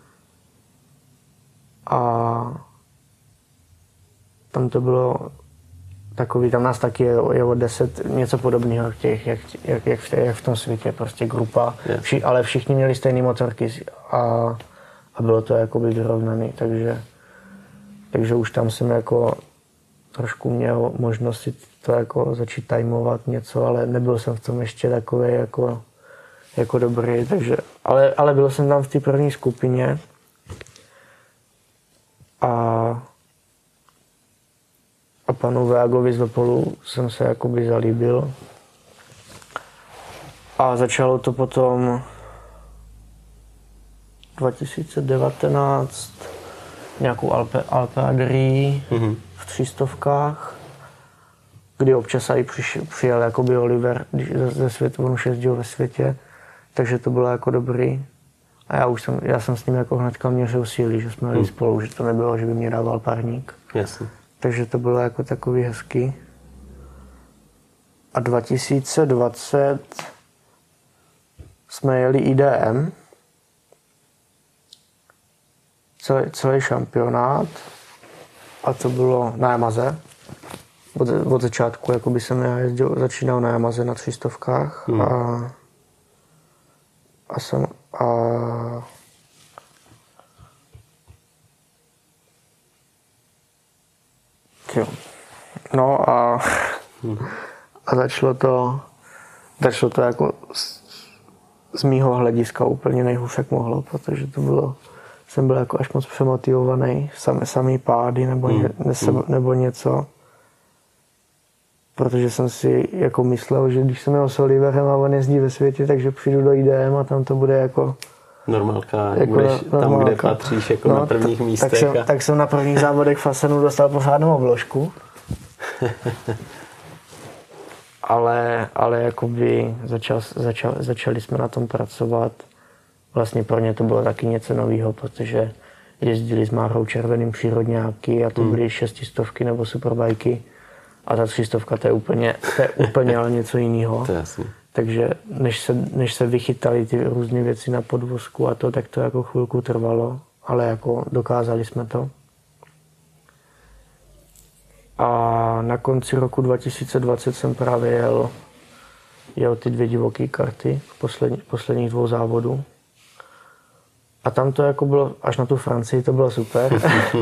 A tam to bylo takový, tam nás taky je o 10, něco podobného jak v tom světě, prostě grupa, ale všichni měli stejné motorky a bylo to jakoby vyrovnaný, takže už tam jsem jako trošku měl možnost si to jako začít timovat něco, ale nebyl jsem v tom ještě takový jako dobrý, takže, ale byl jsem tam v té první skupině a panu Vágovi z Vepolu jsem se jakoby zalíbil a začalo to potom 2019 nějakou Alpe Adrii v 300, kdy občas i přijel jakoby Oliver ze světa, on už jezdil ve světě, takže to bylo jako dobrý. A já jsem s ním jako hnedka měřil síly, že jsme jeli spolu, že to nebylo, že by mě dával parník. Jasně. Takže to bylo jako takový hezký. A 2020 jsme jeli IDM, celý šampionát, a to bylo na Yamaze. Od začátku jakoby jsem začínal na Yamaze na 300 No a začalo to jako z mýho hlediska úplně nejhůř, jak mohlo, protože jsem byl jako až moc přemotivovaný, samý pády nebo něco. Protože jsem si jako myslel, že když jsem jel s Oliverem a on jezdí ve světě, takže přijdu do IDM a tam to bude jako normálka, jako budeš tam, kde patříš, jako na prvních místech. Tak jsem na prvních závodech v Asenu dostal pořádnou obložku. ale jakoby začali jsme na tom pracovat. Vlastně pro mě to bylo taky něco nového, protože jezdili s Máhrou Červeným přírodňáky a to byly 600 nebo superbajky. A ta 300 to je úplně ale něco jiného. To je jasný. Takže než se vychytali ty různé věci na podvozku a to, tak to jako chvilku trvalo, ale jako dokázali jsme to. A na konci roku 2020 jsem právě jel ty 2 divoké karty posledních 2 závodů. A tam to jako bylo, až na tu Francii to bylo super,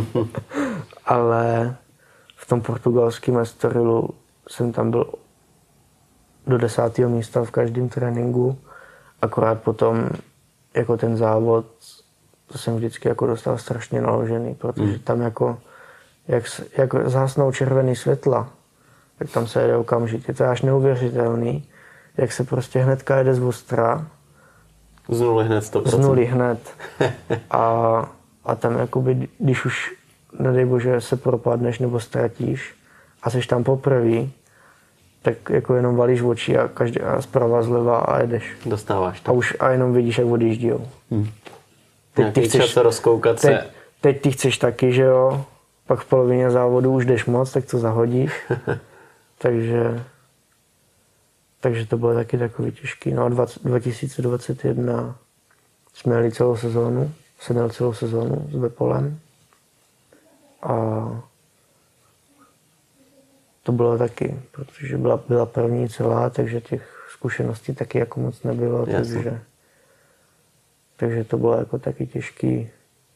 ale v tom portugalském Estorilu jsem tam byl do 10. místa v každém tréninku. Akorát potom jako ten závod, to jsem vždycky jako dostal strašně naložený, protože tam jako jak zhasnou červený světla tak tam se jede okamžitě. To je až neuvěřitelný, jak se prostě hnedka jede z ostra. Z nuly hned 100%. Z nuly hned. A tam jakoby, když už, nedej bože, se propadneš nebo ztratíš a jsi tam poprvé, tak jako jenom valíš oči a zprava zleva a jedeš. Dostáváš to. A jenom vidíš, jak odjíždějou. Nějaký čas se rozkoukat se. Teď ty chceš taky, že jo? Pak v polovině závodu už jdeš moc, tak to zahodíš. takže to bylo taky takový těžký. No a 2021 jsme jeli celou sezónu. Jsem měl celou sezónu s Vepolem. A to bylo taky, protože byla první celá, takže těch zkušeností taky jako moc nebylo. Takže to bylo jako taky těžký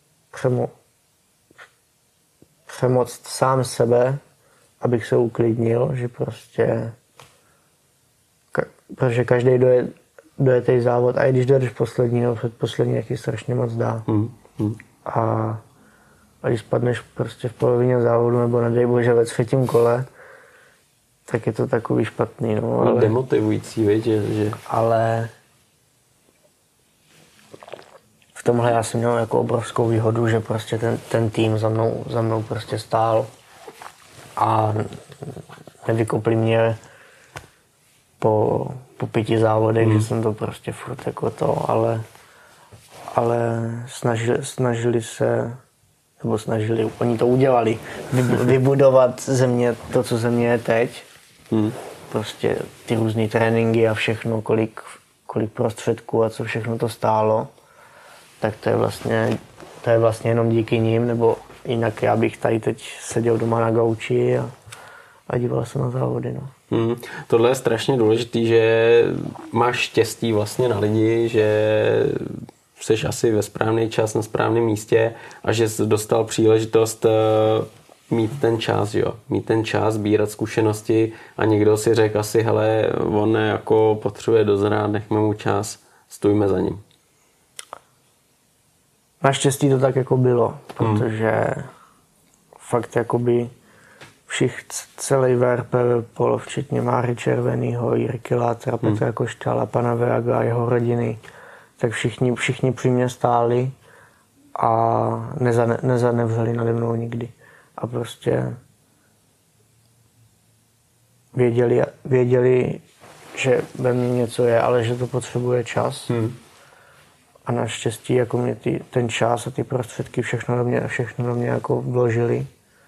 přemoct sám sebe, abych se uklidnil, že prostě protože každý dojetej závod a i když dojedeš poslední nebo předposlední, jak ji strašně moc dá. A když spadneš prostě v polovině závodu nebo nedej bože ve třetím kole, tak je to takový špatný. No, ale demotivující, že? Ale v tomhle já jsem měl jako obrovskou výhodu, že prostě ten tým za mnou prostě stál a nevykopli mě po 5 závodech, že jsem to prostě furt jako to, ale snažili, oni to udělali, vybudovat země, to, co země je teď. Prostě ty různý tréninky a všechno, kolik prostředků a co všechno to stálo, tak to je vlastně jenom díky nim, nebo jinak já bych tady teď seděl doma na gauči a díval se na závody. No. Tohle je strašně důležitý, že máš štěstí vlastně na lidi, že jsi asi ve správný čas na správném místě a že jsi dostal příležitost mít ten čas, jo. Mít ten čas, sbírat zkušenosti a někdo si řekl asi, hele, on jako potřebuje dozrát, nechme mu čas, stůjme za ním. Naštěstí to tak jako bylo, protože fakt jakoby celý VRP Polo, včetně Máry Červenýho, Jirky Látra, Petra Košťála, pana Veraga a jeho rodiny, tak všichni při mě stáli a nezanevřeli nade mnou nikdy. A prostě věděli, že ve mně něco je, ale že to potřebuje čas. A naštěstí jako mě ten čas a ty prostředky všechno do mě jako vložili.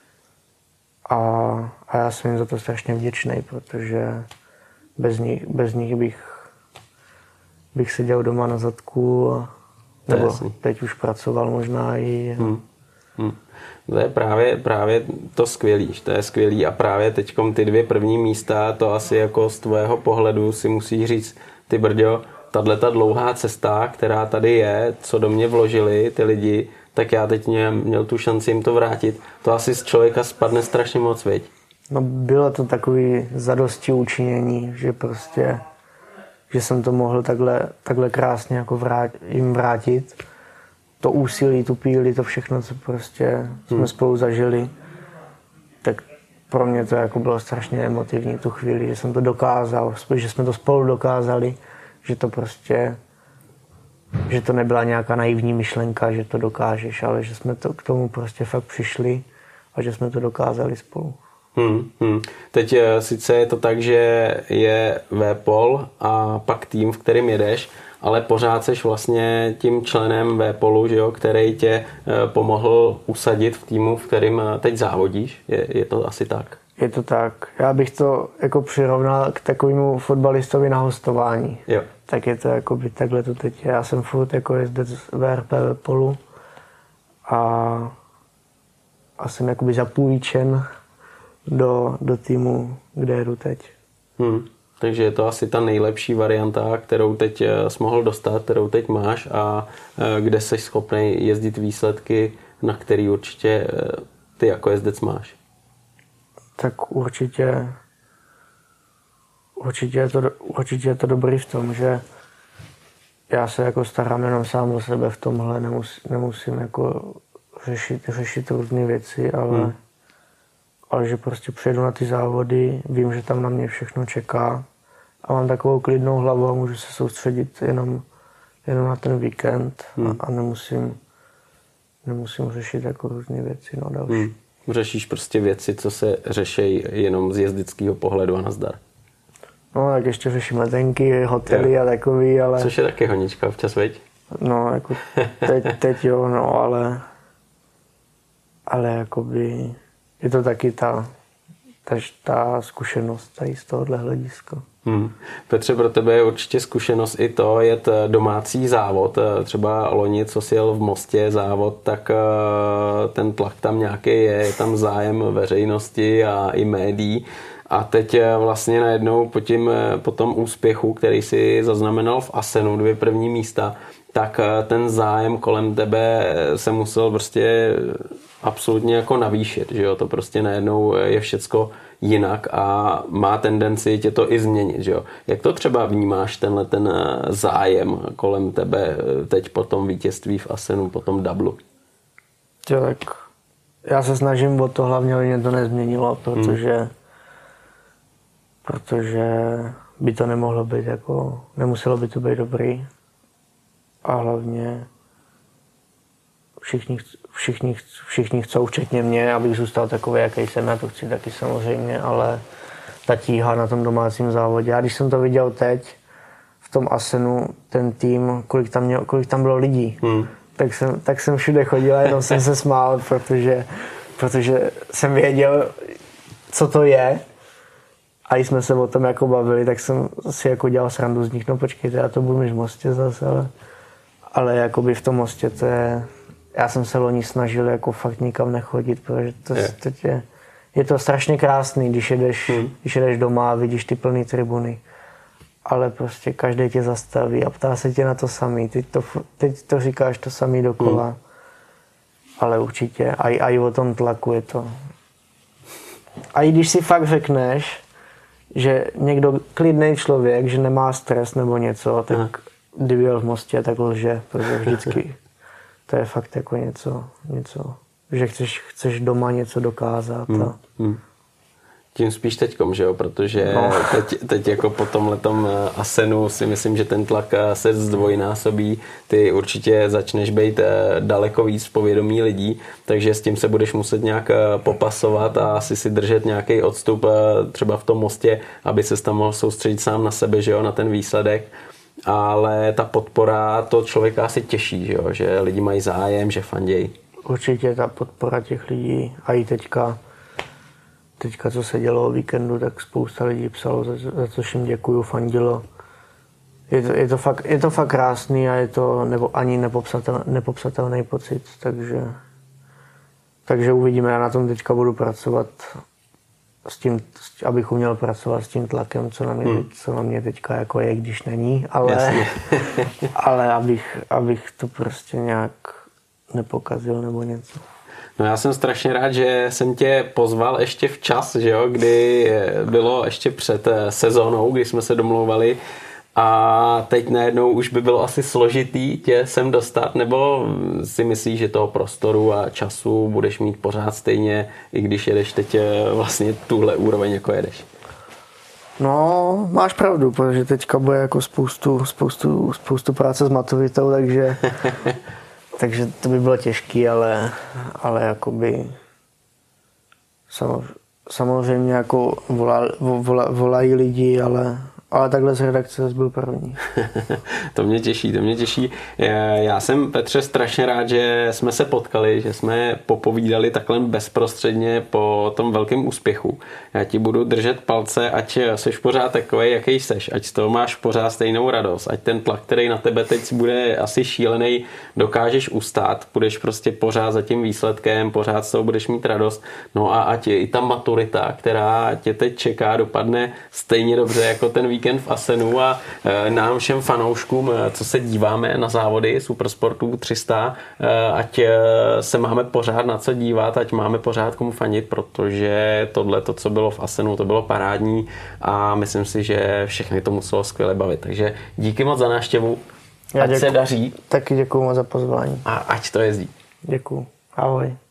A já jsem jim za to strašně vděčný, protože bez nich bych seděl doma na zadku, nebo teď už pracoval možná i. To je právě to skvělý, to je skvělý a právě teďkom ty 2 první místa, to asi jako z tvého pohledu si musíš říct, ty brďo, tato dlouhá cesta, která tady je, co do mě vložili ty lidi, tak já teď měl tu šanci jim to vrátit. To asi z člověka spadne strašně moc, viď? No bylo to takový zadosti učinění, že prostě, že jsem to mohl takhle krásně jako jim vrátit. To úsilí, tu píli, to všechno, co prostě jsme spolu zažili, tak pro mě to jako bylo strašně emotivní tu chvíli, že jsem to dokázal, že jsme to spolu dokázali, že to prostě, že to nebyla nějaká naivní myšlenka, že to dokážeš, ale že jsme to k tomu prostě fakt přišli a že jsme to dokázali spolu. Teď sice je to tak, že je VPOL a pak tým, v kterém jedeš, ale pořád seš vlastně tím členem VPOLu, že jo, který tě pomohl usadit v týmu, v kterém teď závodíš. Je to asi tak? Je to tak. Já bych to jako přirovnal k takovému fotbalistovi na hostování. Jo. Tak je to jako by takhle to teď je. Já jsem furt jako jezdec VRP VPOLu a jsem jakoby zapůjčen do týmu, kde jedu teď. Takže je to asi ta nejlepší varianta, kterou teď jsi mohl dostat, kterou teď máš a kde jsi schopný jezdit výsledky, na který určitě ty jako jezdec máš. Tak určitě je to dobrý v tom, že já se jako starám jenom sám o sebe v tomhle, nemusím jako řešit různé věci, ale ale že prostě přijedu na ty závody, vím, že tam na mě všechno čeká a mám takovou klidnou hlavu a můžu se soustředit jenom na ten víkend a nemusím řešit jako různé věci, no další. Řešíš prostě věci, co se řeší jenom z jezdického pohledu a nazdar. No, tak ještě řeším letenky, hotely a takový, ale... Což je taky honička občas, veď? No, jako teď jo, no, ale jakoby je to taky ta zkušenost tady z tohohle hlediska. Petře, pro tebe je určitě zkušenost i to jet domácí závod. Třeba loni, co jsi jel v Mostě závod, tak ten tlak tam nějaký je tam zájem veřejnosti a i médií. A teď vlastně najednou po tom úspěchu, který si zaznamenal v Asenu, 2 první místa, tak ten zájem kolem tebe se musel prostě absolutně jako navýšit, že jo, to prostě najednou je všecko jinak a má tendenci tě to i změnit, že jo. Jak to třeba vnímáš ten zájem kolem tebe teď po tom vítězství v Asenu, po tom dublu? Jo, tak já se snažím o to hlavně, aby mě to nezměnilo, protože by to nemohlo být jako, nemuselo by to být dobrý a hlavně všichni chcou, včetně mě, abych zůstal takový, jaký jsem, já to chci taky samozřejmě, ale ta tíha na tom domácím závodě. A když jsem to viděl teď v tom Asenu, ten tým, kolik tam bylo lidí, tak jsem všude chodil a jenom jsem se smál, protože jsem věděl, co to je. A když jsme se o tom jako bavili, tak jsem si jako dělal srandu z nich. No počkejte, já to budu mít v Mostě zase, ale jakoby v tom Mostě to je... Já jsem se loni snažil jako fakt nikam nechodit, protože teď je to strašně krásný, když jedeš doma a vidíš ty plný tribuny. Ale prostě každý tě zastaví a ptá se tě na to samý. Teď to říkáš to samý dokola. Ale určitě, a i o tom tlaku je to. A i když si fakt řekneš, že někdo klidný člověk, že nemá stres nebo něco, tak kdyby jel v Mostě, tak lže, protože vždycky to je fakt jako něco že chceš doma něco dokázat. Tím spíš teďkom, že jo, protože teď jako po tomhletom Asenu si myslím, že ten tlak se zdvojnásobí, ty určitě začneš být daleko víc v povědomí lidí, takže s tím se budeš muset nějak popasovat a asi si držet nějaký odstup třeba v tom Mostě, aby ses tam mohl soustředit sám na sebe, že jo, na ten výsledek. Ale ta podpora to člověka asi těší, že jo, že lidi mají zájem, že fandějí. Určitě ta podpora těch lidí a i teďka, co se dělo o víkendu, tak spousta lidí psalo, za což jim děkuju, fandilo. Je to fakt krásný a je to ani nepopsatelný pocit, takže uvidíme. Já na tom teďka budu pracovat s tím, abych uměl pracovat s tím tlakem, co na mě teďka jako je, když není, ale abych to prostě nějak nepokazil nebo něco. No já jsem strašně rád, že jsem tě pozval ještě včas, že jo, kdy bylo ještě před sezónou, kdy jsme se domlouvali a teď najednou už by bylo asi složitý tě sem dostat, nebo si myslíš, že toho prostoru a času budeš mít pořád stejně, i když jedeš teď vlastně tuhle úroveň, jako jedeš? No, máš pravdu, protože teďka bude jako spoustu práce s maturitou, takže to by bylo těžký, ale jakoby samozřejmě jako volají lidi, ale takhle z redakce byl první. To mě těší. Já jsem, Petře, strašně rád, že jsme se potkali, že jsme popovídali takhle bezprostředně po tom velkém úspěchu. Já ti budu držet palce, ať seš pořád takovej, jaký seš, ať z toho máš pořád stejnou radost, ať ten tlak, který na tebe teď bude asi šílený, dokážeš ustát, budeš prostě pořád za tím výsledkem, pořád z toho budeš mít radost. No a ať i ta maturita, která tě teď čeká, dopadne stejně dobře jako ten víkend v Asenu a nám všem fanouškům, co se díváme na závody Supersportu 300, ať se máme pořád na co dívat, ať máme pořád komu fanit, protože tohle, to, co bylo v Asenu, to bylo parádní a myslím si, že všechny to muselo skvěle bavit. Takže díky moc za návštěvu, ať se daří. Taky děkuju moc za pozvání. A ať to jezdí. Děkuju. Ahoj.